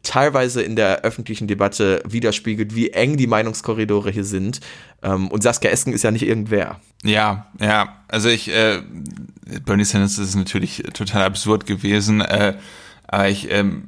teilweise in der öffentlichen Debatte widerspiegelt, wie eng die Meinungskorridore hier sind. Ähm, und Saskia Esken ist ja nicht irgendwer. Ja, ja, also ich, äh, Bernie Sanders ist natürlich total absurd gewesen, äh, aber ich, ähm,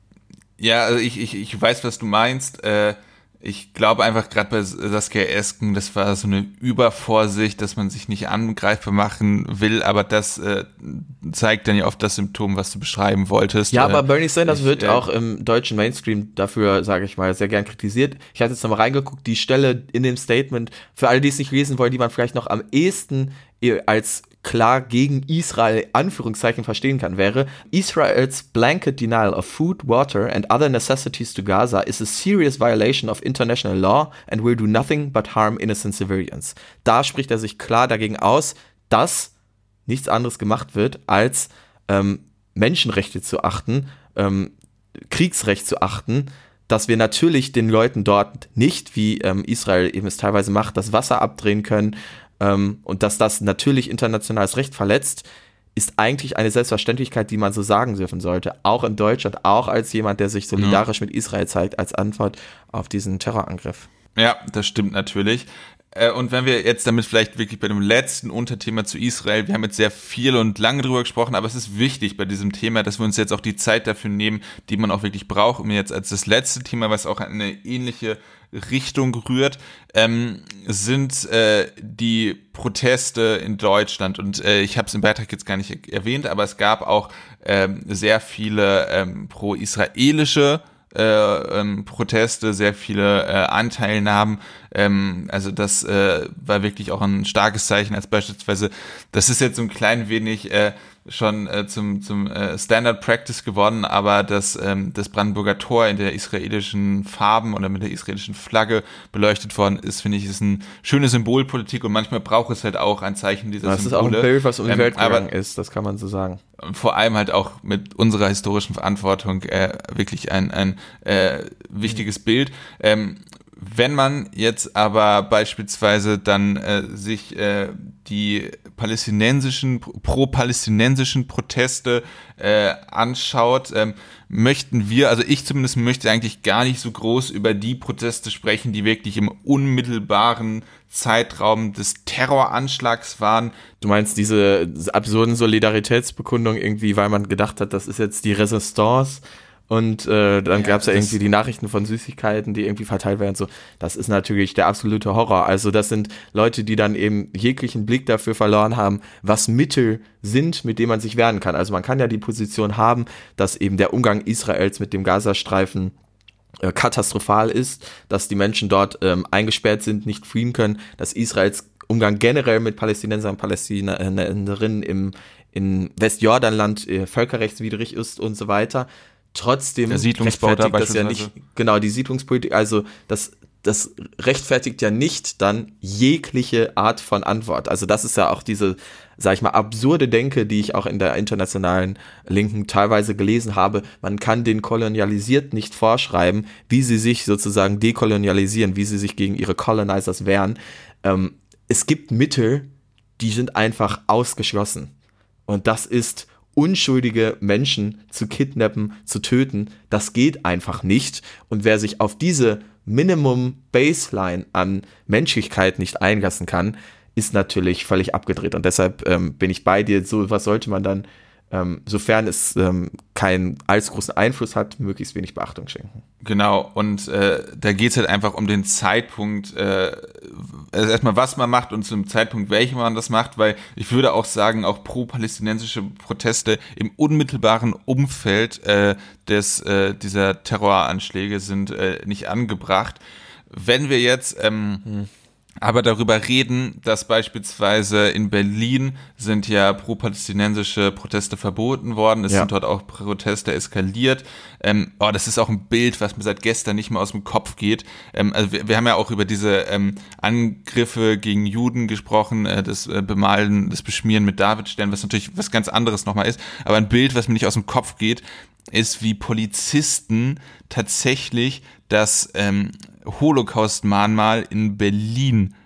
ja, also ich, ich, ich weiß, was du meinst, äh, ich glaube einfach gerade bei Saskia Esken, das war so eine Übervorsicht, dass man sich nicht angreifbar machen will, aber das äh, zeigt dann ja oft das Symptom, was du beschreiben wolltest. Ja, aber Bernie Sanders ich, wird äh, auch im deutschen Mainstream dafür, sage ich mal, sehr gern kritisiert. Ich hatte jetzt nochmal reingeguckt, die Stelle in dem Statement, für alle, die es nicht lesen wollen, die man vielleicht noch am ehesten als klar gegen Israel Anführungszeichen verstehen kann, wäre: Israel's blanket denial of food, water and other necessities to Gaza is a serious violation of international law and will do nothing but harm innocent civilians. Da spricht er sich klar dagegen aus, dass nichts anderes gemacht wird, als ähm, Menschenrechte zu achten, ähm, Kriegsrecht zu achten, dass wir natürlich den Leuten dort nicht, wie ähm, Israel eben es teilweise macht, das Wasser abdrehen können, Ähm, und dass das natürlich internationales Recht verletzt, ist eigentlich eine Selbstverständlichkeit, die man so sagen dürfen sollte. Auch in Deutschland, auch als jemand, der sich solidarisch ja. mit Israel zeigt, als Antwort auf diesen Terrorangriff. Ja, das stimmt natürlich. Und wenn wir jetzt damit vielleicht wirklich bei dem letzten Unterthema zu Israel, wir haben jetzt sehr viel und lange drüber gesprochen, aber es ist wichtig bei diesem Thema, dass wir uns jetzt auch die Zeit dafür nehmen, die man auch wirklich braucht, um jetzt als das letzte Thema, was auch eine ähnliche Richtung rührt, ähm, sind äh, die Proteste in Deutschland. Und äh, ich habe es im Beitrag jetzt gar nicht erwähnt, aber es gab auch ähm, sehr viele ähm, pro-israelische Äh, ähm, Proteste, sehr viele äh, Anteilnahmen, ähm, also das äh, war wirklich auch ein starkes Zeichen, als beispielsweise, das ist jetzt so ein klein wenig äh, schon äh, zum zum äh, Standard Practice geworden, aber dass ähm, das Brandenburger Tor in der israelischen Farben oder mit der israelischen Flagge beleuchtet worden ist, finde ich, ist eine schöne Symbolpolitik und manchmal braucht es halt auch ein Zeichen dieser das Symbole. Das ist auch ein Bild, was um die ähm, Welt gegangen aber, ist, das kann man so sagen. Vor allem halt auch mit unserer historischen Verantwortung äh, wirklich ein, ein äh, wichtiges mhm. Bild. Ähm, wenn man jetzt aber beispielsweise dann äh, sich äh, die palästinensischen, pro-palästinensischen Proteste äh, anschaut, ähm, möchten wir, also ich zumindest möchte eigentlich gar nicht so groß über die Proteste sprechen, die wirklich im unmittelbaren Zeitraum des Terroranschlags waren. Du meinst diese absurden Solidaritätsbekundungen irgendwie, weil man gedacht hat, das ist jetzt die Resistance und äh, dann ja, gab es ja irgendwie die Nachrichten von Süßigkeiten, die irgendwie verteilt werden. So, das ist natürlich der absolute Horror. Also das sind Leute, die dann eben jeglichen Blick dafür verloren haben, was Mittel sind, mit denen man sich wehren kann. Also man kann ja die Position haben, dass eben der Umgang Israels mit dem Gazastreifen äh, katastrophal ist, dass die Menschen dort ähm, eingesperrt sind, nicht fliehen können, dass Israels Umgang generell mit Palästinensern und Palästinenserinnen im in Westjordanland äh, völkerrechtswidrig ist und so weiter. Trotzdem der Siedlungsbau da das ja nicht, genau, die Siedlungspolitik, also das, das rechtfertigt ja nicht dann jegliche Art von Antwort. Also das ist ja auch diese, sag ich mal, absurde Denke, die ich auch in der internationalen Linken teilweise gelesen habe. Man kann den Kolonialisierten nicht vorschreiben, wie sie sich sozusagen dekolonialisieren, wie sie sich gegen ihre Colonizers wehren. Ähm, es gibt Mittel, die sind einfach ausgeschlossen. Und das ist unschuldige Menschen zu kidnappen, zu töten, das geht einfach nicht. Und wer sich auf diese Minimum-Baseline an Menschlichkeit nicht einlassen kann, ist natürlich völlig abgedreht. Und deshalb ähm, bin ich bei dir, so was sollte man dann, ähm, sofern es ähm, keinen allzu großen Einfluss hat, möglichst wenig Beachtung schenken. Genau, und äh, da geht es halt einfach um den Zeitpunkt, äh, also erstmal was man macht und zum Zeitpunkt, welchen man das macht, weil ich würde auch sagen, auch pro-palästinensische Proteste im unmittelbaren Umfeld äh, des äh, dieser Terroranschläge sind äh, nicht angebracht. Wenn wir jetzt ähm, hm. aber darüber reden, dass beispielsweise in Berlin sind ja pro-palästinensische Proteste verboten worden. Es ja. sind dort auch Proteste eskaliert. Ähm, oh, das ist auch ein Bild, was mir seit gestern nicht mehr aus dem Kopf geht. Ähm, also wir, wir haben ja auch über diese ähm, Angriffe gegen Juden gesprochen, äh, das äh, Bemalen, das Beschmieren mit Davidsternen, was natürlich was ganz anderes nochmal ist. Aber ein Bild, was mir nicht aus dem Kopf geht, ist, wie Polizisten tatsächlich das ähm, Holocaust-Mahnmal in Berlin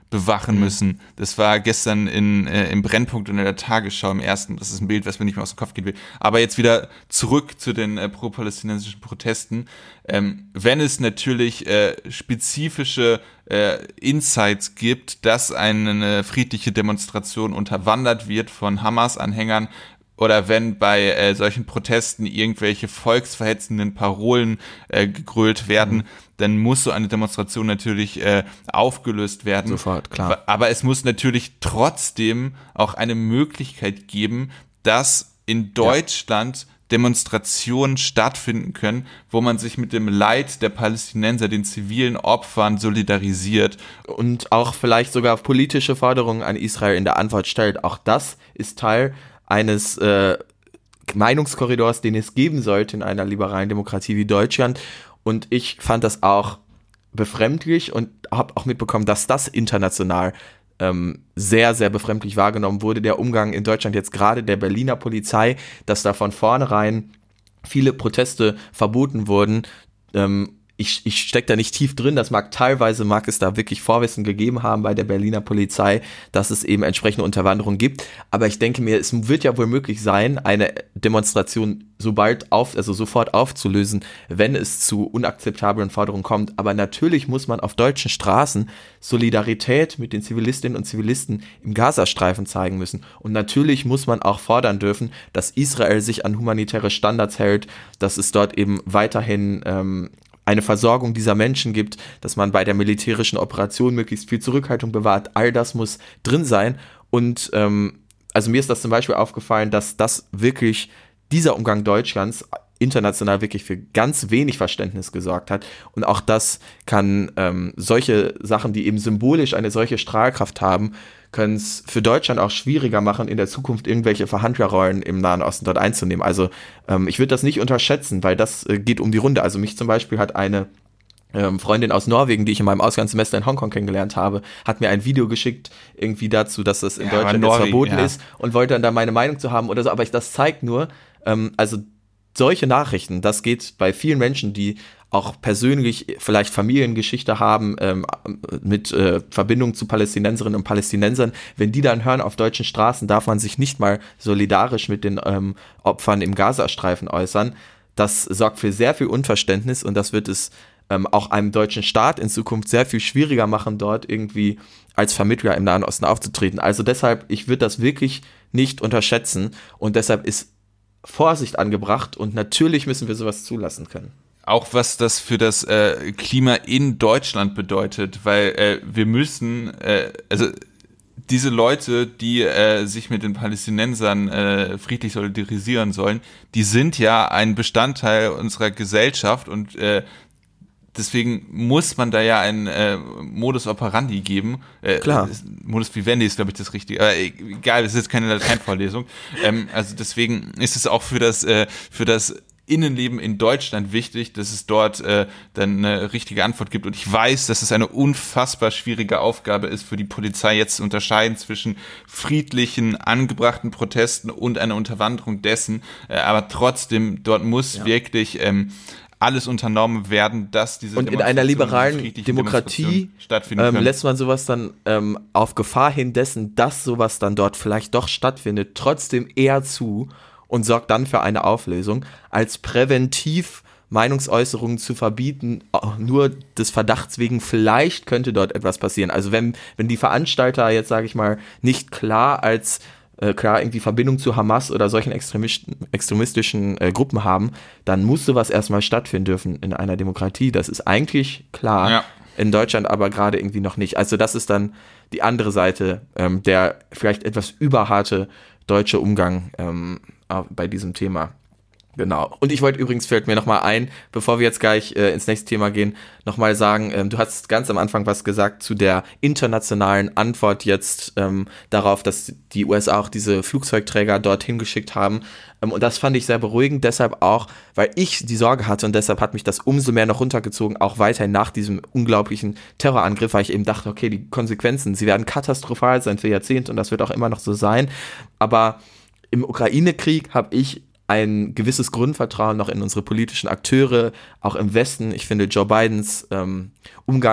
bewachen mhm. müssen. Das war gestern in, äh, im Brennpunkt und in der Tagesschau im ersten. Das ist ein Bild, was mir nicht mehr aus dem Kopf gehen will. Aber jetzt wieder zurück zu den äh, pro-palästinensischen Protesten. Ähm, wenn es natürlich äh, spezifische äh, Insights gibt, dass eine friedliche Demonstration unterwandert wird von Hamas-Anhängern, oder wenn bei äh, solchen Protesten irgendwelche volksverhetzenden Parolen äh, gegrölt werden, mhm. dann muss so eine Demonstration natürlich äh, aufgelöst werden. Sofort, klar. Aber es muss natürlich trotzdem auch eine Möglichkeit geben, dass in Deutschland ja. Demonstrationen stattfinden können, wo man sich mit dem Leid der Palästinenser, den zivilen Opfern solidarisiert. Und auch vielleicht sogar politische Forderungen an Israel in der Antwort stellt. Auch das ist Teil eines äh, Meinungskorridors, den es geben sollte in einer liberalen Demokratie wie Deutschland. Und ich fand das auch befremdlich und habe auch mitbekommen, dass das international ähm, sehr, sehr befremdlich wahrgenommen wurde. Der Umgang in Deutschland jetzt gerade der Berliner Polizei, dass da von vornherein viele Proteste verboten wurden. Ähm, Ich, ich stecke da nicht tief drin, das mag teilweise, mag es da wirklich Vorwissen gegeben haben bei der Berliner Polizei, dass es eben entsprechende Unterwanderung gibt, aber ich denke mir, es wird ja wohl möglich sein, eine Demonstration sobald auf, also sofort aufzulösen, wenn es zu unakzeptablen Forderungen kommt, aber natürlich muss man auf deutschen Straßen Solidarität mit den Zivilistinnen und Zivilisten im Gazastreifen zeigen müssen und natürlich muss man auch fordern dürfen, dass Israel sich an humanitäre Standards hält, dass es dort eben weiterhin ähm, eine Versorgung dieser Menschen gibt, dass man bei der militärischen Operation möglichst viel Zurückhaltung bewahrt. All das muss drin sein. Und ähm, also mir ist das zum Beispiel aufgefallen, dass das wirklich, dieser Umgang Deutschlands international wirklich für ganz wenig Verständnis gesorgt hat. Und auch das kann ähm, solche Sachen, die eben symbolisch eine solche Strahlkraft haben, können es für Deutschland auch schwieriger machen, in der Zukunft irgendwelche Verhandlerrollen im Nahen Osten dort einzunehmen. Also ähm, ich würde das nicht unterschätzen, weil das äh, geht um die Runde. Also mich zum Beispiel hat eine ähm, Freundin aus Norwegen, die ich in meinem Auslandssemester in Hongkong kennengelernt habe, hat mir ein Video geschickt irgendwie dazu, dass das in ja, Deutschland jetzt verboten ja. ist und wollte dann da meine Meinung zu haben oder so. Aber ich, das zeigt nur, ähm, also solche Nachrichten, das geht bei vielen Menschen, die auch persönlich vielleicht Familiengeschichte haben ähm, mit äh, Verbindung zu Palästinenserinnen und Palästinensern, wenn die dann hören, auf deutschen Straßen darf man sich nicht mal solidarisch mit den ähm, Opfern im Gazastreifen äußern. Das sorgt für sehr viel Unverständnis und das wird es ähm, auch einem deutschen Staat in Zukunft sehr viel schwieriger machen, dort irgendwie als Vermittler im Nahen Osten aufzutreten. Also deshalb, ich würde das wirklich nicht unterschätzen und deshalb ist Vorsicht angebracht und natürlich müssen wir sowas zulassen können. Auch was das für das äh, Klima in Deutschland bedeutet, weil äh, wir müssen, äh, also diese Leute, die äh, sich mit den Palästinensern äh, friedlich solidarisieren sollen, die sind ja ein Bestandteil unserer Gesellschaft und äh, deswegen muss man da ja einen äh, Modus operandi geben. Äh, Klar. Modus vivendi ist, glaube ich, das Richtige. Aber egal, das ist jetzt keine Lateinvorlesung. ähm, also deswegen ist es auch für das, äh, für das Innenleben in Deutschland wichtig, dass es dort äh, dann eine richtige Antwort gibt. Und ich weiß, dass es eine unfassbar schwierige Aufgabe ist für die Polizei, jetzt zu unterscheiden zwischen friedlichen, angebrachten Protesten und einer Unterwanderung dessen. Äh, aber trotzdem, dort muss ja. wirklich ähm, alles unternommen werden, dass diese und in einer liberalen Demokratie stattfinden ähm, lässt man sowas dann ähm, auf Gefahr hin dessen, dass sowas dann dort vielleicht doch stattfindet, trotzdem eher zu und sorgt dann für eine Auflösung, als präventiv Meinungsäußerungen zu verbieten, nur des Verdachts wegen, vielleicht könnte dort etwas passieren. Also wenn, wenn die Veranstalter jetzt, sage ich mal, nicht klar als äh, klar irgendwie Verbindung zu Hamas oder solchen extremistischen äh, Gruppen haben, dann muss sowas erstmal stattfinden dürfen in einer Demokratie. Das ist eigentlich klar, ja. In Deutschland aber gerade irgendwie noch nicht. Also das ist dann die andere Seite, ähm, der vielleicht etwas überharte deutsche Umgang ähm, bei diesem Thema. Genau. Und ich wollte übrigens, fällt mir nochmal ein, bevor wir jetzt gleich äh, ins nächste Thema gehen, nochmal sagen, ähm, du hast ganz am Anfang was gesagt zu der internationalen Antwort jetzt ähm, darauf, dass die U S A auch diese Flugzeugträger dorthin geschickt haben. Ähm, und das fand ich sehr beruhigend, deshalb auch, weil ich die Sorge hatte und deshalb hat mich das umso mehr noch runtergezogen, auch weiterhin nach diesem unglaublichen Terrorangriff, weil ich eben dachte, okay, die Konsequenzen, sie werden katastrophal sein für Jahrzehnte und das wird auch immer noch so sein. Aber im Ukraine-Krieg habe ich ein gewisses Grundvertrauen noch in unsere politischen Akteure, auch im Westen. Ich finde Joe Bidens ähm, Umgang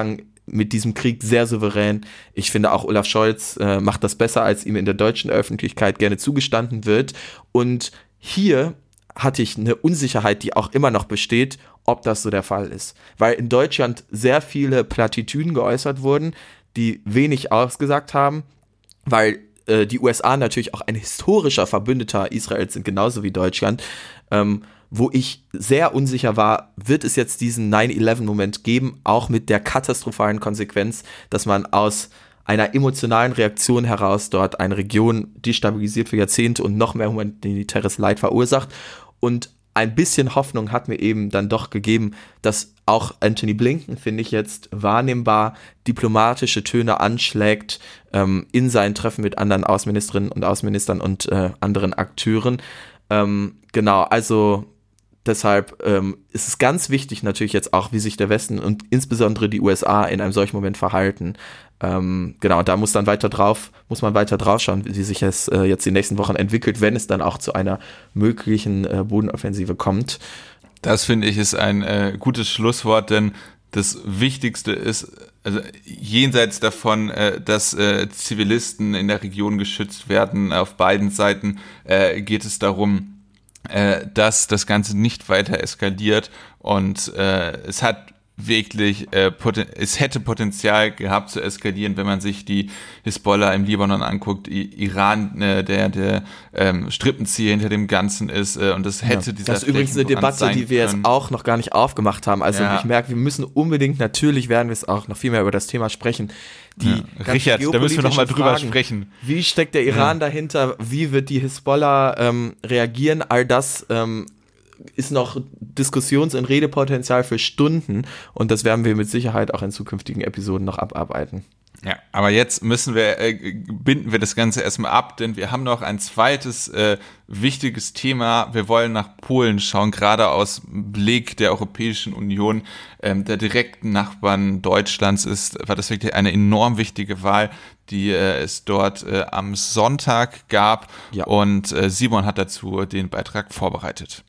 mit diesem Krieg sehr souverän. Ich finde auch Olaf Scholz äh, macht das besser, als ihm in der deutschen Öffentlichkeit gerne zugestanden wird. Und hier hatte ich eine Unsicherheit, die auch immer noch besteht, ob das so der Fall ist. Weil in Deutschland sehr viele Plattitüden geäußert wurden, die wenig ausgesagt haben, weil äh, die U S A natürlich auch ein historischer Verbündeter Israels sind, genauso wie Deutschland, ähm, wo ich sehr unsicher war, wird es jetzt diesen nine eleven Moment geben, auch mit der katastrophalen Konsequenz, dass man aus einer emotionalen Reaktion heraus dort eine Region destabilisiert für Jahrzehnte und noch mehr humanitäres Leid verursacht. Und ein bisschen Hoffnung hat mir eben dann doch gegeben, dass auch Antony Blinken, finde ich jetzt wahrnehmbar, diplomatische Töne anschlägt ähm, in seinen Treffen mit anderen Außenministerinnen und Außenministern und äh, anderen Akteuren. Ähm, genau, also deshalb ähm, ist es ganz wichtig natürlich jetzt auch, wie sich der Westen und insbesondere die U S A in einem solchen Moment verhalten. Ähm, genau, da muss dann weiter drauf, muss man weiter drauf schauen, wie sich es äh, jetzt die nächsten Wochen entwickelt, wenn es dann auch zu einer möglichen äh, Bodenoffensive kommt. Das finde ich ist ein äh, gutes Schlusswort, denn das Wichtigste ist, also jenseits davon, äh, dass äh, Zivilisten in der Region geschützt werden, auf beiden Seiten äh, geht es darum, äh, dass das Ganze nicht weiter eskaliert und äh, es hat wirklich, äh, poten- es hätte Potenzial gehabt zu eskalieren, wenn man sich die Hisbollah im Libanon anguckt, I- Iran, äh, der der ähm, Strippenzieher hinter dem Ganzen ist äh, und das hätte ja, dieser Das ist übrigens eine Debatte, die wir können. jetzt auch noch gar nicht aufgemacht haben. Also ja. ich merke, wir müssen unbedingt, natürlich werden wir es auch noch viel mehr über das Thema sprechen. Die ja. Richard, da müssen wir noch mal drüber Fragen, sprechen. Wie steckt der Iran ja. dahinter? Wie wird die Hisbollah ähm, reagieren? All das ähm, ist noch Diskussions- und Redepotenzial für Stunden und das werden wir mit Sicherheit auch in zukünftigen Episoden noch abarbeiten. Ja, aber jetzt müssen wir, äh, binden wir das Ganze erstmal ab, denn wir haben noch ein zweites äh, wichtiges Thema. Wir wollen nach Polen schauen, gerade aus Blick der Europäischen Union, ähm, der direkten Nachbarn Deutschlands ist, war das wirklich eine enorm wichtige Wahl, die äh, es dort äh, am Sonntag gab ja. und äh, Simon hat dazu den Beitrag vorbereitet.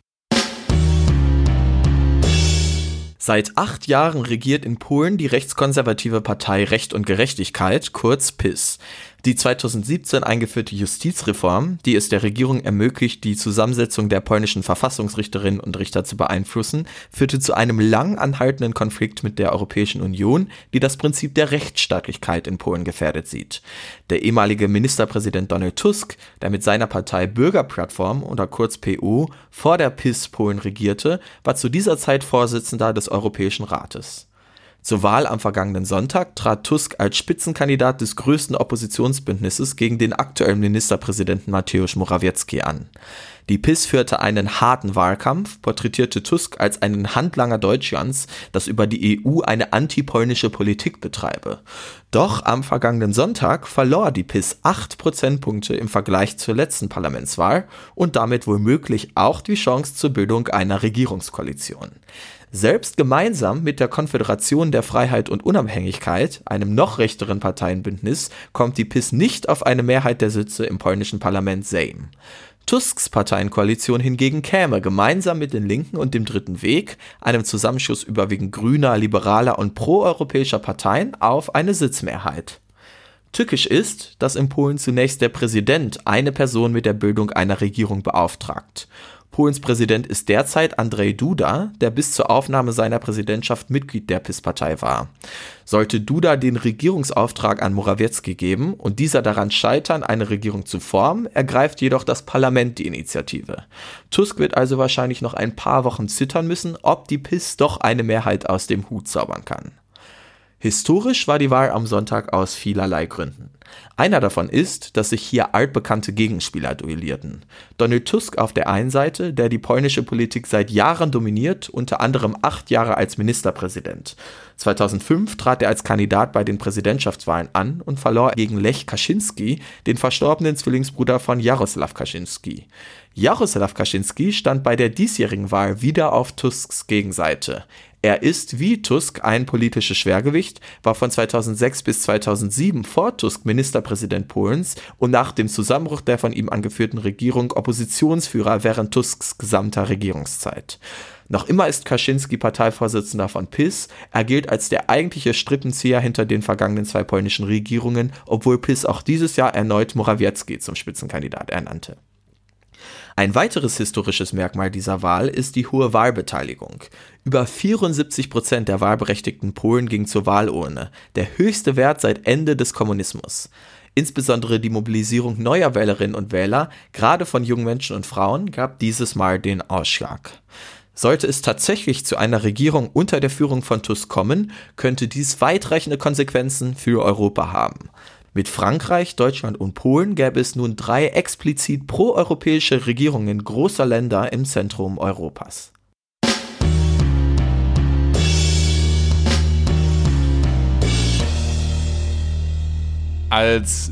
Seit acht Jahren regiert in Polen die rechtskonservative Partei Recht und Gerechtigkeit, kurz P I S. Die zweitausendsiebzehn eingeführte Justizreform, die es der Regierung ermöglicht, die Zusammensetzung der polnischen Verfassungsrichterinnen und Richter zu beeinflussen, führte zu einem lang anhaltenden Konflikt mit der Europäischen Union, die das Prinzip der Rechtsstaatlichkeit in Polen gefährdet sieht. Der ehemalige Ministerpräsident Donald Tusk, der mit seiner Partei Bürgerplattform oder kurz P O vor der P I S Polen regierte, war zu dieser Zeit Vorsitzender des Europäischen Rates. Zur Wahl am vergangenen Sonntag trat Tusk als Spitzenkandidat des größten Oppositionsbündnisses gegen den aktuellen Ministerpräsidenten Mateusz Morawiecki an. Die P I S führte einen harten Wahlkampf, porträtierte Tusk als einen Handlanger Deutschlands, das über die E U eine antipolnische Politik betreibe. Doch am vergangenen Sonntag verlor die P I S acht Prozentpunkte im Vergleich zur letzten Parlamentswahl und damit womöglich auch die Chance zur Bildung einer Regierungskoalition. Selbst gemeinsam mit der Konföderation der Freiheit und Unabhängigkeit, einem noch rechteren Parteienbündnis, kommt die P I S nicht auf eine Mehrheit der Sitze im polnischen Parlament Sejm. Tusks Parteienkoalition hingegen käme gemeinsam mit den Linken und dem Dritten Weg, einem Zusammenschluss überwiegend grüner, liberaler und proeuropäischer Parteien, auf eine Sitzmehrheit. Tückisch ist, dass in Polen zunächst der Präsident eine Person mit der Bildung einer Regierung beauftragt. Polens Präsident ist derzeit Andrzej Duda, der bis zur Aufnahme seiner Präsidentschaft Mitglied der P I S-Partei war. Sollte Duda den Regierungsauftrag an Morawiecki geben und dieser daran scheitern, eine Regierung zu formen, ergreift jedoch das Parlament die Initiative. Tusk wird also wahrscheinlich noch ein paar Wochen zittern müssen, ob die P I S doch eine Mehrheit aus dem Hut zaubern kann. Historisch war die Wahl am Sonntag aus vielerlei Gründen. Einer davon ist, dass sich hier altbekannte Gegenspieler duellierten. Donald Tusk auf der einen Seite, der die polnische Politik seit Jahren dominiert, unter anderem acht Jahre als Ministerpräsident. zweitausendfünf trat er als Kandidat bei den Präsidentschaftswahlen an und verlor gegen Lech Kaczynski, den verstorbenen Zwillingsbruder von Jarosław Kaczynski. Jarosław Kaczynski stand bei der diesjährigen Wahl wieder auf Tusks Gegenseite. Er ist wie Tusk ein politisches Schwergewicht, war von zweitausendsechs bis zweitausendsieben vor Tusk Ministerpräsident Polens und nach dem Zusammenbruch der von ihm angeführten Regierung Oppositionsführer während Tusks gesamter Regierungszeit. Noch immer ist Kaczynski Parteivorsitzender von PiS. Er gilt als der eigentliche Strippenzieher hinter den vergangenen zwei polnischen Regierungen, obwohl PiS auch dieses Jahr erneut Morawiecki zum Spitzenkandidat ernannte. Ein weiteres historisches Merkmal dieser Wahl ist die hohe Wahlbeteiligung. Über vierundsiebzig Prozent der wahlberechtigten Polen gingen zur Wahlurne, der höchste Wert seit Ende des Kommunismus. Insbesondere die Mobilisierung neuer Wählerinnen und Wähler, gerade von jungen Menschen und Frauen, gab dieses Mal den Ausschlag. Sollte es tatsächlich zu einer Regierung unter der Führung von Tusk kommen, könnte dies weitreichende Konsequenzen für Europa haben. Mit Frankreich, Deutschland und Polen gäbe es nun drei explizit proeuropäische Regierungen großer Länder im Zentrum Europas. Als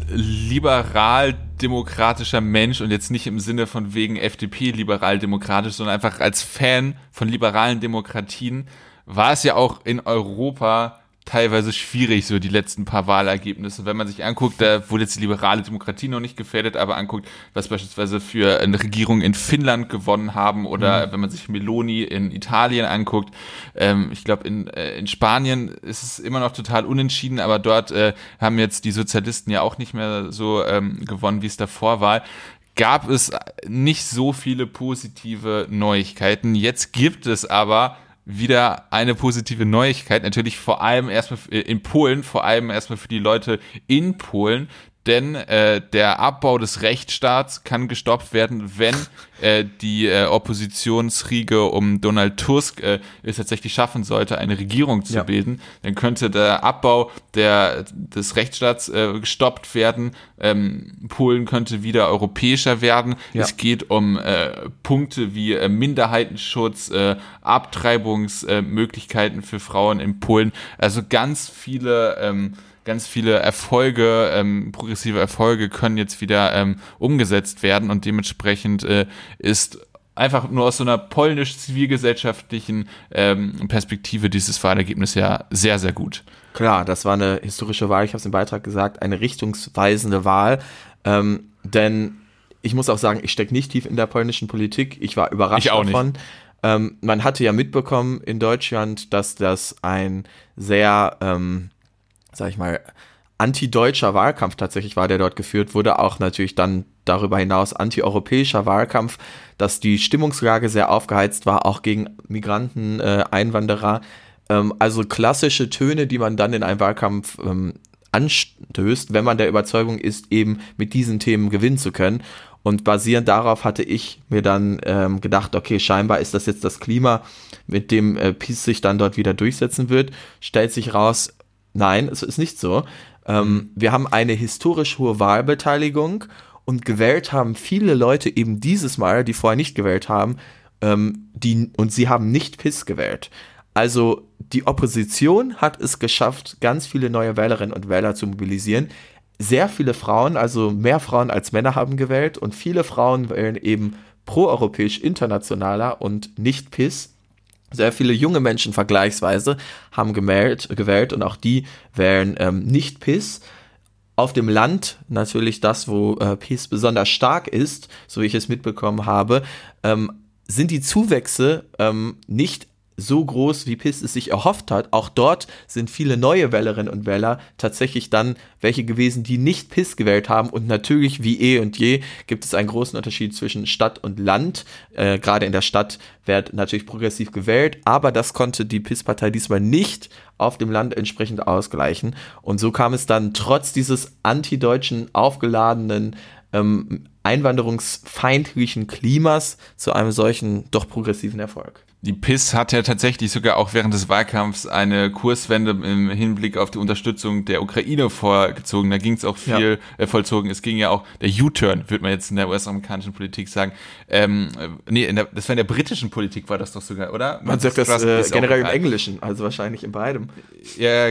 liberal-demokratischer Mensch und jetzt nicht im Sinne von wegen F D P liberal-demokratisch, sondern einfach als Fan von liberalen Demokratien, war es ja auch in Europa teilweise schwierig, so die letzten paar Wahlergebnisse. Wenn man sich anguckt, da wurde jetzt die liberale Demokratie noch nicht gefährdet, aber anguckt, was beispielsweise für eine Regierung in Finnland gewonnen haben oder mhm. wenn man sich Meloni in Italien anguckt, ähm, ich glaube in, äh, in Spanien ist es immer noch total unentschieden, aber dort äh, haben jetzt die Sozialisten ja auch nicht mehr so ähm, gewonnen, wie es davor war. Gab es nicht so viele positive Neuigkeiten. Jetzt gibt es aber wieder eine positive Neuigkeit, natürlich vor allem erstmal in Polen, vor allem erstmal für die Leute in Polen, denn äh, der Abbau des Rechtsstaats kann gestoppt werden, wenn äh, die äh, Oppositionsriege um Donald Tusk äh, es tatsächlich schaffen sollte, eine Regierung zu ja. bilden. Dann könnte der Abbau der, des Rechtsstaats äh, gestoppt werden. Ähm, Polen könnte wieder europäischer werden. Ja. Es geht um äh, Punkte wie äh, Minderheitenschutz, äh, Abtreibungsmöglichkeiten äh, für Frauen in Polen. Also ganz viele ähm, Ganz viele Erfolge, ähm, progressive Erfolge können jetzt wieder ähm, umgesetzt werden und dementsprechend äh, ist einfach nur aus so einer polnisch-zivilgesellschaftlichen ähm, Perspektive dieses Wahlergebnis ja sehr, sehr gut. Klar, das war eine historische Wahl, ich habe es im Beitrag gesagt, eine richtungsweisende Wahl, ähm, denn ich muss auch sagen, ich stecke nicht tief in der polnischen Politik, ich war überrascht ich auch davon. Nicht. Ähm, man hatte ja mitbekommen in Deutschland, dass das ein sehr ähm, sag ich mal, antideutscher Wahlkampf tatsächlich war, der dort geführt wurde, auch natürlich dann darüber hinaus antieuropäischer Wahlkampf, dass die Stimmungslage sehr aufgeheizt war, auch gegen Migranten, äh, Einwanderer, ähm, also klassische Töne, die man dann in einem Wahlkampf ähm, anstößt, wenn man der Überzeugung ist, eben mit diesen Themen gewinnen zu können. Und basierend darauf hatte ich mir dann ähm, gedacht, okay, scheinbar ist das jetzt das Klima, mit dem äh, PiS sich dann dort wieder durchsetzen wird. Stellt sich raus, nein, es ist nicht so. Ähm, wir haben eine historisch hohe Wahlbeteiligung und gewählt haben viele Leute eben dieses Mal, die vorher nicht gewählt haben, ähm, die, und sie haben nicht PiS gewählt. Also die Opposition hat es geschafft, ganz viele neue Wählerinnen und Wähler zu mobilisieren. Sehr viele Frauen, also mehr Frauen als Männer haben gewählt und viele Frauen wählen eben proeuropäisch internationaler und nicht PiS. Sehr viele junge Menschen vergleichsweise haben gewählt, gewählt und auch die wählen ähm, nicht PiS. Auf dem Land natürlich das, wo äh, PiS besonders stark ist, so wie ich es mitbekommen habe, ähm, sind die Zuwächse ähm, nicht so groß, wie PiS es sich erhofft hat. Auch dort sind viele neue Wählerinnen und Wähler tatsächlich dann welche gewesen, die nicht PiS gewählt haben. Und natürlich, wie eh und je, gibt es einen großen Unterschied zwischen Stadt und Land. Äh, gerade in der Stadt wird natürlich progressiv gewählt, aber das konnte die PiS-Partei diesmal nicht auf dem Land entsprechend ausgleichen. Und so kam es dann trotz dieses antideutschen, aufgeladenen, ähm, einwanderungsfeindlichen Klimas zu einem solchen doch progressiven Erfolg. Die PiS hat ja tatsächlich sogar auch während des Wahlkampfs eine Kurswende im Hinblick auf die Unterstützung der Ukraine vorgezogen. Da ging es auch viel ja. äh, vollzogen. Es ging ja auch, der U-Turn, würde man jetzt in der U S-amerikanischen Politik sagen. Ähm, nee, in der, das war in der britischen Politik, war das doch sogar, oder? Man, man sagt das äh, generell im Englischen, also wahrscheinlich in beidem. Ja,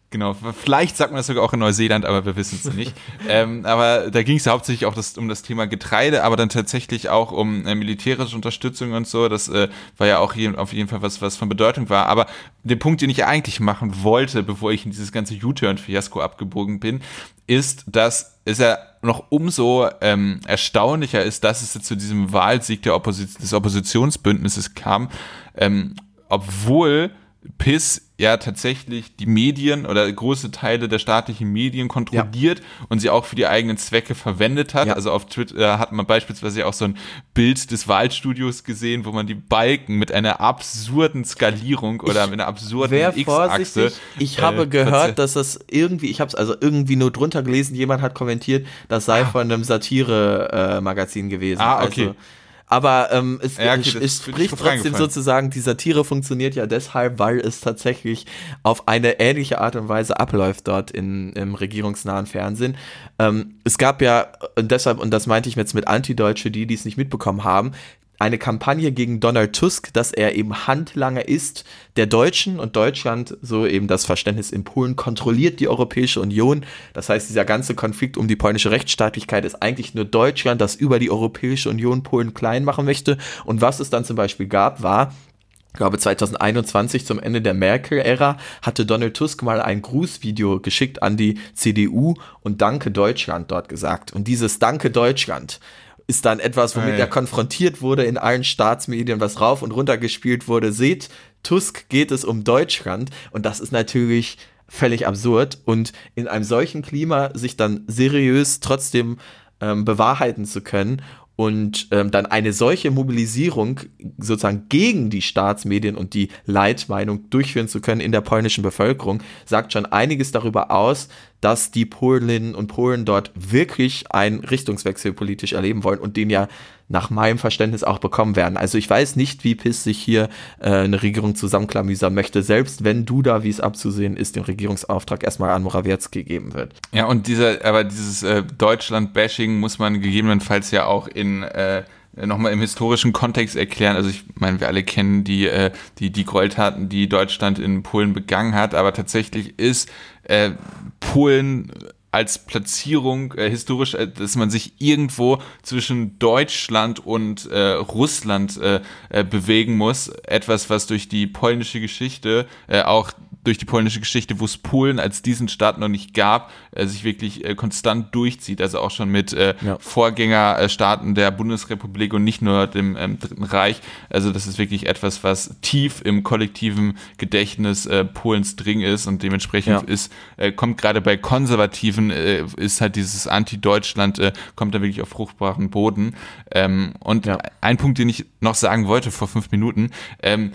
Genau, vielleicht sagt man das sogar auch in Neuseeland, aber wir wissen es nicht. ähm, aber da ging es ja hauptsächlich auch das, um das Thema Getreide, aber dann tatsächlich auch um äh, militärische Unterstützung und so. Das äh, war ja auch hier auf jeden Fall was, was von Bedeutung war. Aber der Punkt, den ich eigentlich machen wollte, bevor ich in dieses ganze U-Turn-Fiasko abgebogen bin, ist, dass es ja noch umso ähm, erstaunlicher ist, dass es jetzt zu diesem Wahlsieg der Opposi- des Oppositionsbündnisses kam, ähm, obwohl P I S ja tatsächlich die Medien oder große Teile der staatlichen Medien kontrolliert ja. und sie auch für die eigenen Zwecke verwendet hat. Ja. Also auf Twitter hat man beispielsweise auch so ein Bild des Wahlstudios gesehen, wo man die Balken mit einer absurden Skalierung oder ich mit einer absurden X-Achse. Ich habe äh, gehört, dass das irgendwie, ich habe es also irgendwie nur drunter gelesen, jemand hat kommentiert, das sei ah. von einem Satire-Magazin gewesen. Ah, okay. Also, aber ähm, es, ja, okay, es spricht trotzdem sozusagen, die Satire funktioniert ja deshalb, weil es tatsächlich auf eine ähnliche Art und Weise abläuft dort in, im regierungsnahen Fernsehen. Ähm, es gab ja, und deshalb, und das meinte ich jetzt mit Antideutsche, die, die es nicht mitbekommen haben, eine Kampagne gegen Donald Tusk, dass er eben Handlanger ist der Deutschen und Deutschland, so eben das Verständnis in Polen, kontrolliert die Europäische Union. Das heißt, dieser ganze Konflikt um die polnische Rechtsstaatlichkeit ist eigentlich nur Deutschland, das über die Europäische Union Polen klein machen möchte. Und was es dann zum Beispiel gab, war, ich glaube zwanzig einundzwanzig zum Ende der Merkel-Ära hatte Donald Tusk mal ein Grußvideo geschickt an die C D U und Danke Deutschland dort gesagt. Und dieses Danke Deutschland ist dann etwas, womit hey. er konfrontiert wurde in allen Staatsmedien, was rauf und runter gespielt wurde. Seht, Tusk geht es um Deutschland und das ist natürlich völlig absurd und in einem solchen Klima sich dann seriös trotzdem ähm, bewahrheiten zu können und ähm, dann eine solche Mobilisierung sozusagen gegen die Staatsmedien und die Leitmeinung durchführen zu können in der polnischen Bevölkerung, sagt schon einiges darüber aus, dass die Polinnen und Polen dort wirklich einen Richtungswechsel politisch erleben wollen und den ja nach meinem Verständnis auch bekommen werden. Also ich weiß nicht, wie P I S sich hier äh, eine Regierung zusammenklamüsern möchte, selbst wenn Duda, wie es abzusehen ist, den Regierungsauftrag erstmal an Morawiecki geben wird. Ja, und dieser, aber dieses äh, Deutschland-Bashing muss man gegebenenfalls ja auch in äh, nochmal im historischen Kontext erklären. Also ich meine, wir alle kennen die, äh, die, die Gräueltaten, die Deutschland in Polen begangen hat, aber tatsächlich ist äh, Polen als Platzierung äh, historisch, äh, dass man sich irgendwo zwischen Deutschland und äh, Russland äh, äh, bewegen muss. Etwas, was durch die polnische Geschichte, äh, auch durch die polnische Geschichte, wo es Polen als diesen Staat noch nicht gab, äh, sich wirklich äh, konstant durchzieht. Also auch schon mit äh, ja. Vorgängerstaaten der Bundesrepublik und nicht nur dem ähm, Dritten Reich. Also das ist wirklich etwas, was tief im kollektiven Gedächtnis äh, Polens drin ist und dementsprechend ja. ist, äh, kommt gerade bei Konservativen äh, ist halt dieses Anti-Deutschland, äh, kommt da wirklich auf fruchtbaren Boden. Ähm, und ja. ein Punkt, den ich noch sagen wollte vor fünf Minuten, ähm,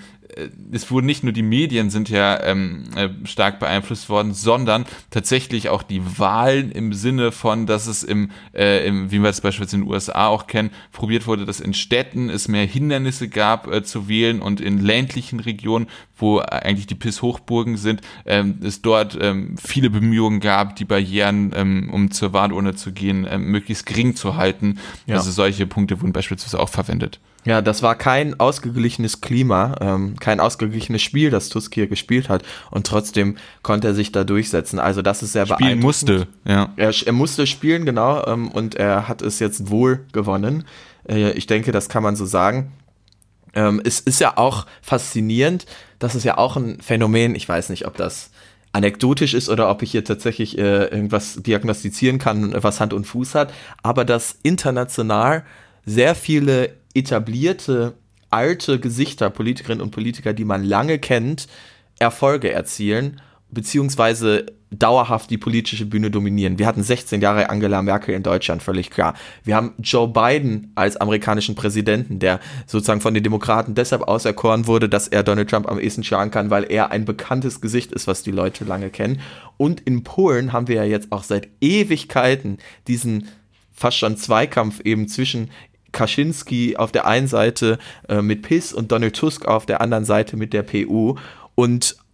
es wurden nicht nur die Medien sind ja ähm, stark beeinflusst worden, sondern tatsächlich auch die Wahlen im Sinne von, dass es im, äh, im wie wir es beispielsweise in den U S A auch kennen, probiert wurde, dass in Städten es mehr Hindernisse gab äh, zu wählen und in ländlichen Regionen, wo eigentlich die P I S-Hochburgen sind, ähm, es dort ähm, viele Bemühungen gab, die Barrieren, ähm, um zur Wahlurne zu gehen, ähm, möglichst gering zu halten. Ja. Also solche Punkte wurden beispielsweise auch verwendet. Ja, das war kein ausgeglichenes Klima, ähm, kein ausgeglichenes Spiel, das Tusk hier gespielt hat und trotzdem konnte er sich da durchsetzen. Also das ist sehr beeindruckend. Spielen musste, ja. Er, er musste spielen, genau, ähm, und er hat es jetzt wohl gewonnen. Äh, ich denke, das kann man so sagen. Ähm, es ist ja auch faszinierend, das ist ja auch ein Phänomen, ich weiß nicht, ob das anekdotisch ist oder ob ich hier tatsächlich äh, irgendwas diagnostizieren kann, was Hand und Fuß hat, aber dass international sehr viele etablierte, alte Gesichter, Politikerinnen und Politiker, die man lange kennt, Erfolge erzielen, beziehungsweise dauerhaft die politische Bühne dominieren. Wir hatten sechzehn Jahre Angela Merkel in Deutschland, völlig klar. Wir haben Joe Biden als amerikanischen Präsidenten, der sozusagen von den Demokraten deshalb auserkoren wurde, dass er Donald Trump am ehesten schlagen kann, weil er ein bekanntes Gesicht ist, was die Leute lange kennen. Und in Polen haben wir ja jetzt auch seit Ewigkeiten diesen fast schon Zweikampf eben zwischen Kaczynski auf der einen Seite äh, mit P I S und Donald Tusk auf der anderen Seite mit der P U. Und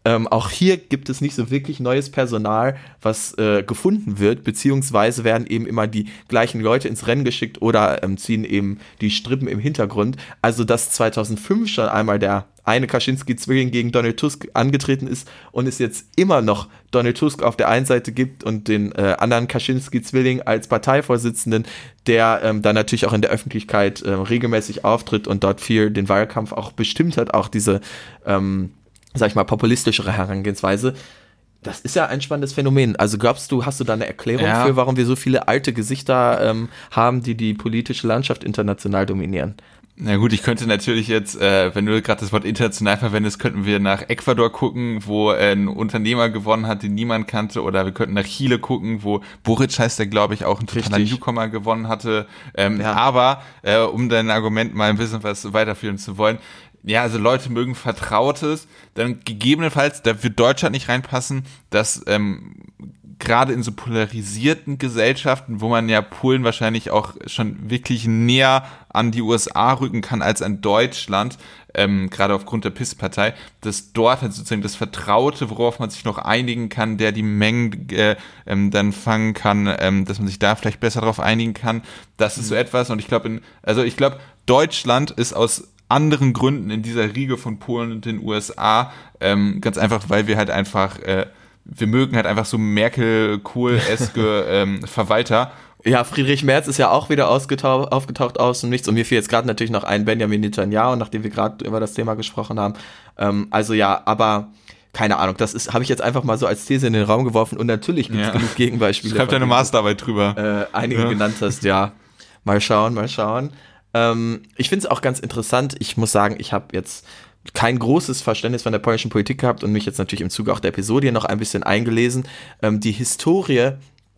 Ähm, auch hier gibt es nicht so wirklich neues Personal, was äh, gefunden wird, beziehungsweise werden eben immer die gleichen Leute ins Rennen geschickt oder ähm, ziehen eben die Strippen im Hintergrund. Also dass zweitausendfünf schon einmal der eine Kaczynski-Zwilling gegen Donald Tusk angetreten ist und es jetzt immer noch Donald Tusk auf der einen Seite gibt und den äh, anderen Kaczynski-Zwilling als Parteivorsitzenden, der ähm, dann natürlich auch in der Öffentlichkeit äh, regelmäßig auftritt und dort viel den Wahlkampf auch bestimmt hat, auch diese, ähm, sag ich mal, populistischere Herangehensweise. Das ist ja ein spannendes Phänomen. Also glaubst du, hast du da eine Erklärung ja. für, warum wir so viele alte Gesichter ähm, haben, die die politische Landschaft international dominieren? Na gut, ich könnte natürlich jetzt, äh, wenn du gerade das Wort international verwendest, könnten wir nach Ecuador gucken, wo äh, ein Unternehmer gewonnen hat, den niemand kannte, oder wir könnten nach Chile gucken, wo Boric heißt der, glaube ich, auch ein totaler Richtig. Newcomer gewonnen hatte. Ähm, Ja. Aber, äh, um dein Argument mal ein bisschen was weiterführen zu wollen, ja, also Leute mögen Vertrautes, dann gegebenenfalls, da wird Deutschland nicht reinpassen, dass ähm, gerade in so polarisierten Gesellschaften, wo man ja Polen wahrscheinlich auch schon wirklich näher an die U S A rücken kann als an Deutschland, ähm, gerade aufgrund der P I S-Partei, dass dort halt sozusagen das Vertraute, worauf man sich noch einigen kann, der die Mengen äh, ähm, dann fangen kann, ähm, dass man sich da vielleicht besser darauf einigen kann, das ist mhm. so etwas. Und ich glaube, also ich glaube, Deutschland ist aus anderen Gründen in dieser Riege von Polen und den U S A, ähm, ganz einfach, weil wir halt einfach äh, wir mögen halt einfach so Merkel-Kohl-eske ähm, Verwalter. Ja, Friedrich Merz ist ja auch wieder ausgetaucht, aufgetaucht aus dem Nichts. Und mir fiel jetzt gerade natürlich noch ein Benjamin Netanyahu, nachdem wir gerade über das Thema gesprochen haben. Ähm, also ja, aber keine Ahnung, das ist, habe ich jetzt einfach mal so als These in den Raum geworfen. Und natürlich gibt es ja. genug Gegenbeispiele. Schreib deine Masterarbeit drüber. Äh, einige ja. genannt hast, ja. Mal schauen, mal schauen. Ähm, ich finde es auch ganz interessant. Ich muss sagen, ich habe jetzt kein großes Verständnis von der polnischen Politik gehabt und mich jetzt natürlich im Zuge auch der Episode noch ein bisschen eingelesen. Ähm, die Historie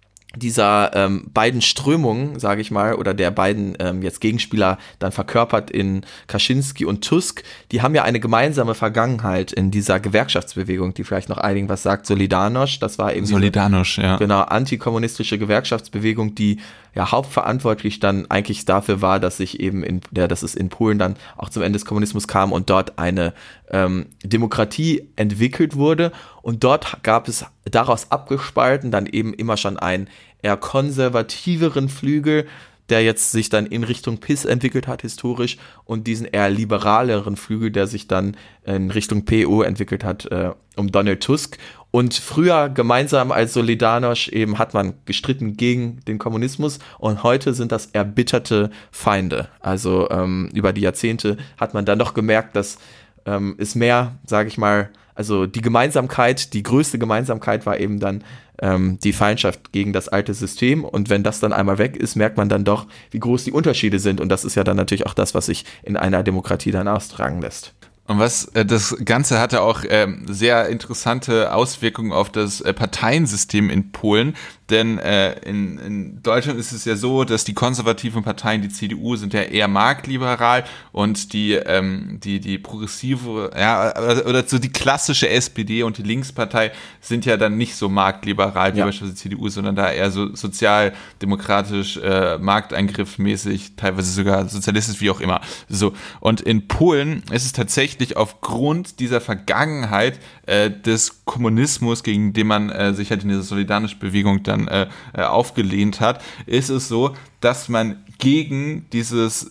dieser ähm, beiden Strömungen, sage ich mal, oder der beiden ähm, jetzt Gegenspieler dann verkörpert in Kaczynski und Tusk, die haben ja eine gemeinsame Vergangenheit in dieser Gewerkschaftsbewegung, die vielleicht noch einigen was sagt, Solidarność, das war eben Solidarność, diese, ja. Genau, antikommunistische Gewerkschaftsbewegung, die ja hauptverantwortlich dann eigentlich dafür war, dass sich eben in der, dass es in Polen dann auch zum Ende des Kommunismus kam und dort eine ähm, Demokratie entwickelt wurde. Und dort gab es daraus abgespalten dann eben immer schon einen eher konservativeren Flügel, der jetzt sich dann in Richtung P I S entwickelt hat historisch, und diesen eher liberaleren Flügel, der sich dann in Richtung P O entwickelt hat, äh, um Donald Tusk. Und früher gemeinsam als Solidarność eben hat man gestritten gegen den Kommunismus, und heute sind das erbitterte Feinde. Also ähm, über die Jahrzehnte hat man dann doch gemerkt, dass ähm, es mehr, sage ich mal, also die Gemeinsamkeit, die größte Gemeinsamkeit war eben dann ähm, die Feindschaft gegen das alte System. Und wenn das dann einmal weg ist, merkt man dann doch, wie groß die Unterschiede sind. Und das ist ja dann natürlich auch das, was sich in einer Demokratie dann austragen lässt. Und was äh, das Ganze hatte auch ähm, sehr interessante Auswirkungen auf das äh, Parteiensystem in Polen, denn äh, in, in Deutschland ist es ja so, dass die konservativen Parteien, die C D U, sind ja eher marktliberal, und die ähm, die die progressive, ja, oder so die klassische S P D und die Linkspartei sind ja dann nicht so marktliberal wie ja. beispielsweise die C D U, sondern da eher so sozialdemokratisch, äh, markteingriffmäßig, teilweise sogar sozialistisch, wie auch immer. So, und in Polen ist es tatsächlich aufgrund dieser Vergangenheit äh, des Kommunismus, gegen den man äh, sich halt in dieser solidarischen Bewegung dann äh, äh, aufgelehnt hat, ist es so, dass man gegen dieses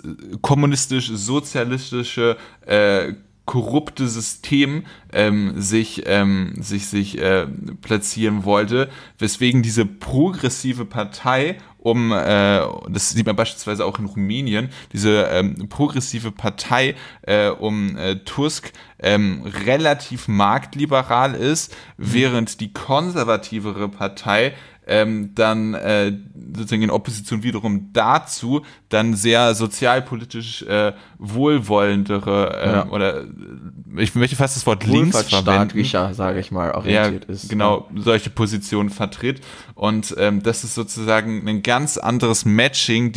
kommunistisch-sozialistische äh, korrupte System ähm, sich ähm, sich sich äh, platzieren wollte, weswegen diese progressive Partei, um äh, das sieht man beispielsweise auch in Rumänien, diese ähm, progressive Partei äh, um äh, Tusk ähm, relativ marktliberal ist, während die konservativere Partei ähm, dann äh, sozusagen in Opposition wiederum dazu dann sehr sozialpolitisch äh, wohlwollendere äh, ja. oder ich möchte fast das Wort links verwenden, sage ich mal, orientiert ja, ist. Genau, ja. solche Positionen vertritt, und ähm, das ist sozusagen ein ganz anderes Matching dieser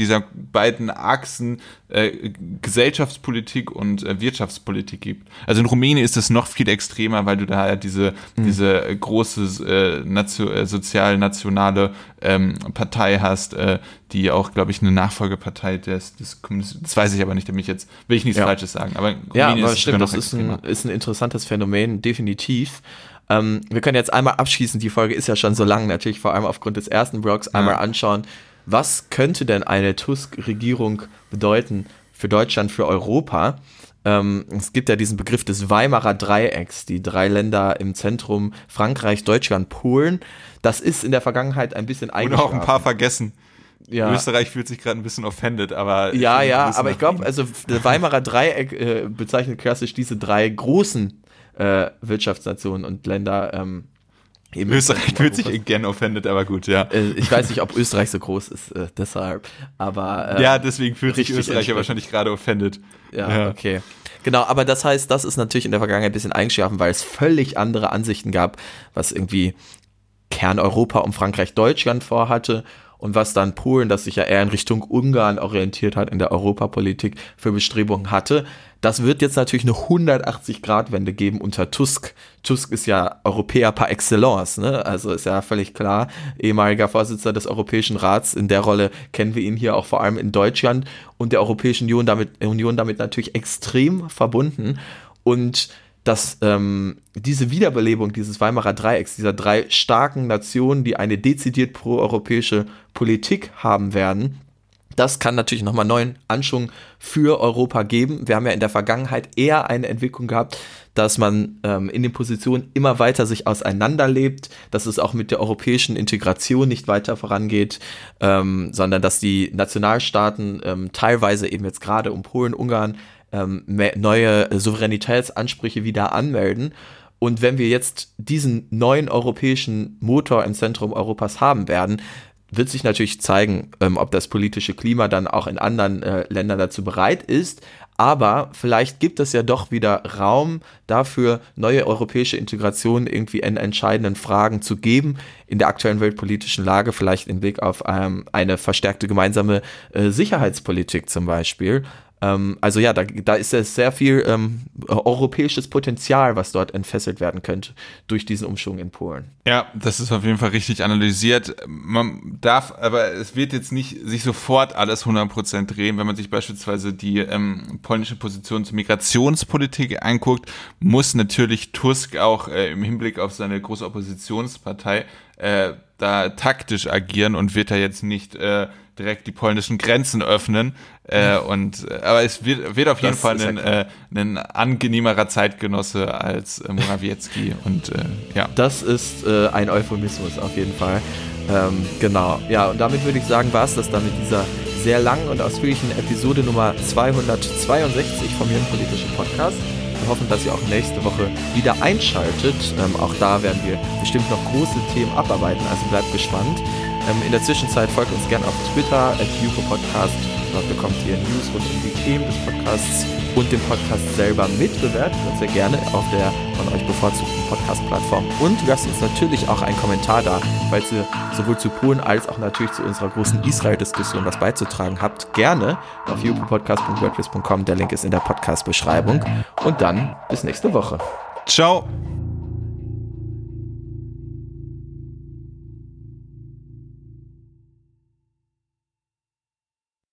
beiden Achsen äh, Gesellschaftspolitik und äh, Wirtschaftspolitik gibt. Also in Rumänien ist es noch viel extremer, weil du da ja diese, mhm. diese große äh, Nation, äh, sozial-nationale ähm, Partei hast, äh, die auch, glaube ich, eine Nachfolgepartei des, des Kommunismus, das weiß ich aber nicht, damit ich jetzt, will ich nichts ja. Falsches sagen, aber in ja, Rumänien aber ist stimmt, es das ist extremer. ein, ist ein interessantes Phänomen, definitiv. Ähm, wir können jetzt einmal abschließen, die Folge ist ja schon so lang, natürlich vor allem aufgrund des ersten Blogs, einmal ja. anschauen, was könnte denn eine Tusk-Regierung bedeuten für Deutschland, für Europa? Ähm, es gibt ja diesen Begriff des Weimarer Dreiecks, die drei Länder im Zentrum, Frankreich, Deutschland, Polen. Das ist in der Vergangenheit ein bisschen eingeschlafen. Und auch ein paar vergessen. Ja. Österreich fühlt sich gerade ein bisschen offended, aber... Ja, ja, aber ich glaube, also der Weimarer Dreieck äh, bezeichnet klassisch diese drei großen äh, Wirtschaftsnationen und Länder. Ähm, eben Österreich fühlt sich gerne offended, aber gut, ja. Äh, ich weiß nicht, ob Österreich so groß ist, äh, deshalb, aber... Äh, ja, deswegen fühlt sich Österreich ja wahrscheinlich gerade offended. Ja, ja, okay. Genau, aber das heißt, das ist natürlich in der Vergangenheit ein bisschen eingeschlafen, weil es völlig andere Ansichten gab, was irgendwie Kerneuropa um Frankreich, Deutschland vorhatte und was dann Polen, das sich ja eher in Richtung Ungarn orientiert hat in der Europapolitik, für Bestrebungen hatte. Das wird jetzt natürlich eine hundertachtzig-Grad-Wende geben unter Tusk. Tusk ist ja Europäer par excellence, ne? Also ist ja völlig klar, ehemaliger Vorsitzender des Europäischen Rats. In der Rolle kennen wir ihn hier auch vor allem in Deutschland und der Europäischen Union damit, Union damit natürlich extrem verbunden. Und dass ähm, diese Wiederbelebung dieses Weimarer Dreiecks, dieser drei starken Nationen, die eine dezidiert proeuropäische Politik haben werden, das kann natürlich nochmal neuen Anschwung für Europa geben. Wir haben ja in der Vergangenheit eher eine Entwicklung gehabt, dass man ähm, in den Positionen immer weiter sich auseinanderlebt, dass es auch mit der europäischen Integration nicht weiter vorangeht, ähm, sondern dass die Nationalstaaten ähm, teilweise eben jetzt gerade um Polen, Ungarn ähm, neue Souveränitätsansprüche wieder anmelden. Und wenn wir jetzt diesen neuen europäischen Motor im Zentrum Europas haben werden, wird sich natürlich zeigen, ähm, ob das politische Klima dann auch in anderen äh, Ländern dazu bereit ist. Aber vielleicht gibt es ja doch wieder Raum dafür, neue europäische Integration irgendwie in entscheidenden Fragen zu geben, in der aktuellen weltpolitischen Lage, vielleicht im Blick auf ähm, eine verstärkte gemeinsame äh, Sicherheitspolitik zum Beispiel. Ähm, also ja, da, da ist ja sehr viel ähm, europäisches Potenzial, was dort entfesselt werden könnte durch diesen Umschwung in Polen. Ja, das ist auf jeden Fall richtig analysiert. Man darf, aber es wird jetzt nicht sich sofort alles hundert Prozent drehen. Wenn man sich beispielsweise die ähm, polnische Position zur Migrationspolitik anguckt, muss natürlich Tusk auch äh, im Hinblick auf seine große Oppositionspartei äh, da taktisch agieren und wird da jetzt nicht äh, direkt die polnischen Grenzen öffnen. Äh, und, aber es wird, wird auf jeden das Fall ein, ja äh, ein angenehmerer Zeitgenosse als äh, Morawiecki. Und äh, ja. Das ist äh, ein Euphemismus auf jeden Fall. Ähm, genau. Ja, und damit würde ich sagen, war es das dann mit dieser sehr langen und ausführlichen Episode Nummer zweihundertzweiundsechzig vom Jungen-Politischen Podcast. Wir hoffen, dass ihr auch nächste Woche wieder einschaltet. Ähm, auch da werden wir bestimmt noch große Themen abarbeiten, also bleibt gespannt. Ähm, in der Zwischenzeit folgt uns gerne auf Twitter, at Juko-Podcast. Dort bekommt ihr News rund um die Themen des Podcasts und den Podcast selber mit. Bewertet uns sehr gerne auf der von euch bevorzugten Podcast-Plattform. Und lasst uns natürlich auch einen Kommentar da, falls ihr sowohl zu Polen als auch natürlich zu unserer großen Israel-Diskussion was beizutragen habt. Gerne auf jukopodcast punkt wordpress punkt com. Der Link ist in der Podcast-Beschreibung. Und dann bis nächste Woche. Ciao.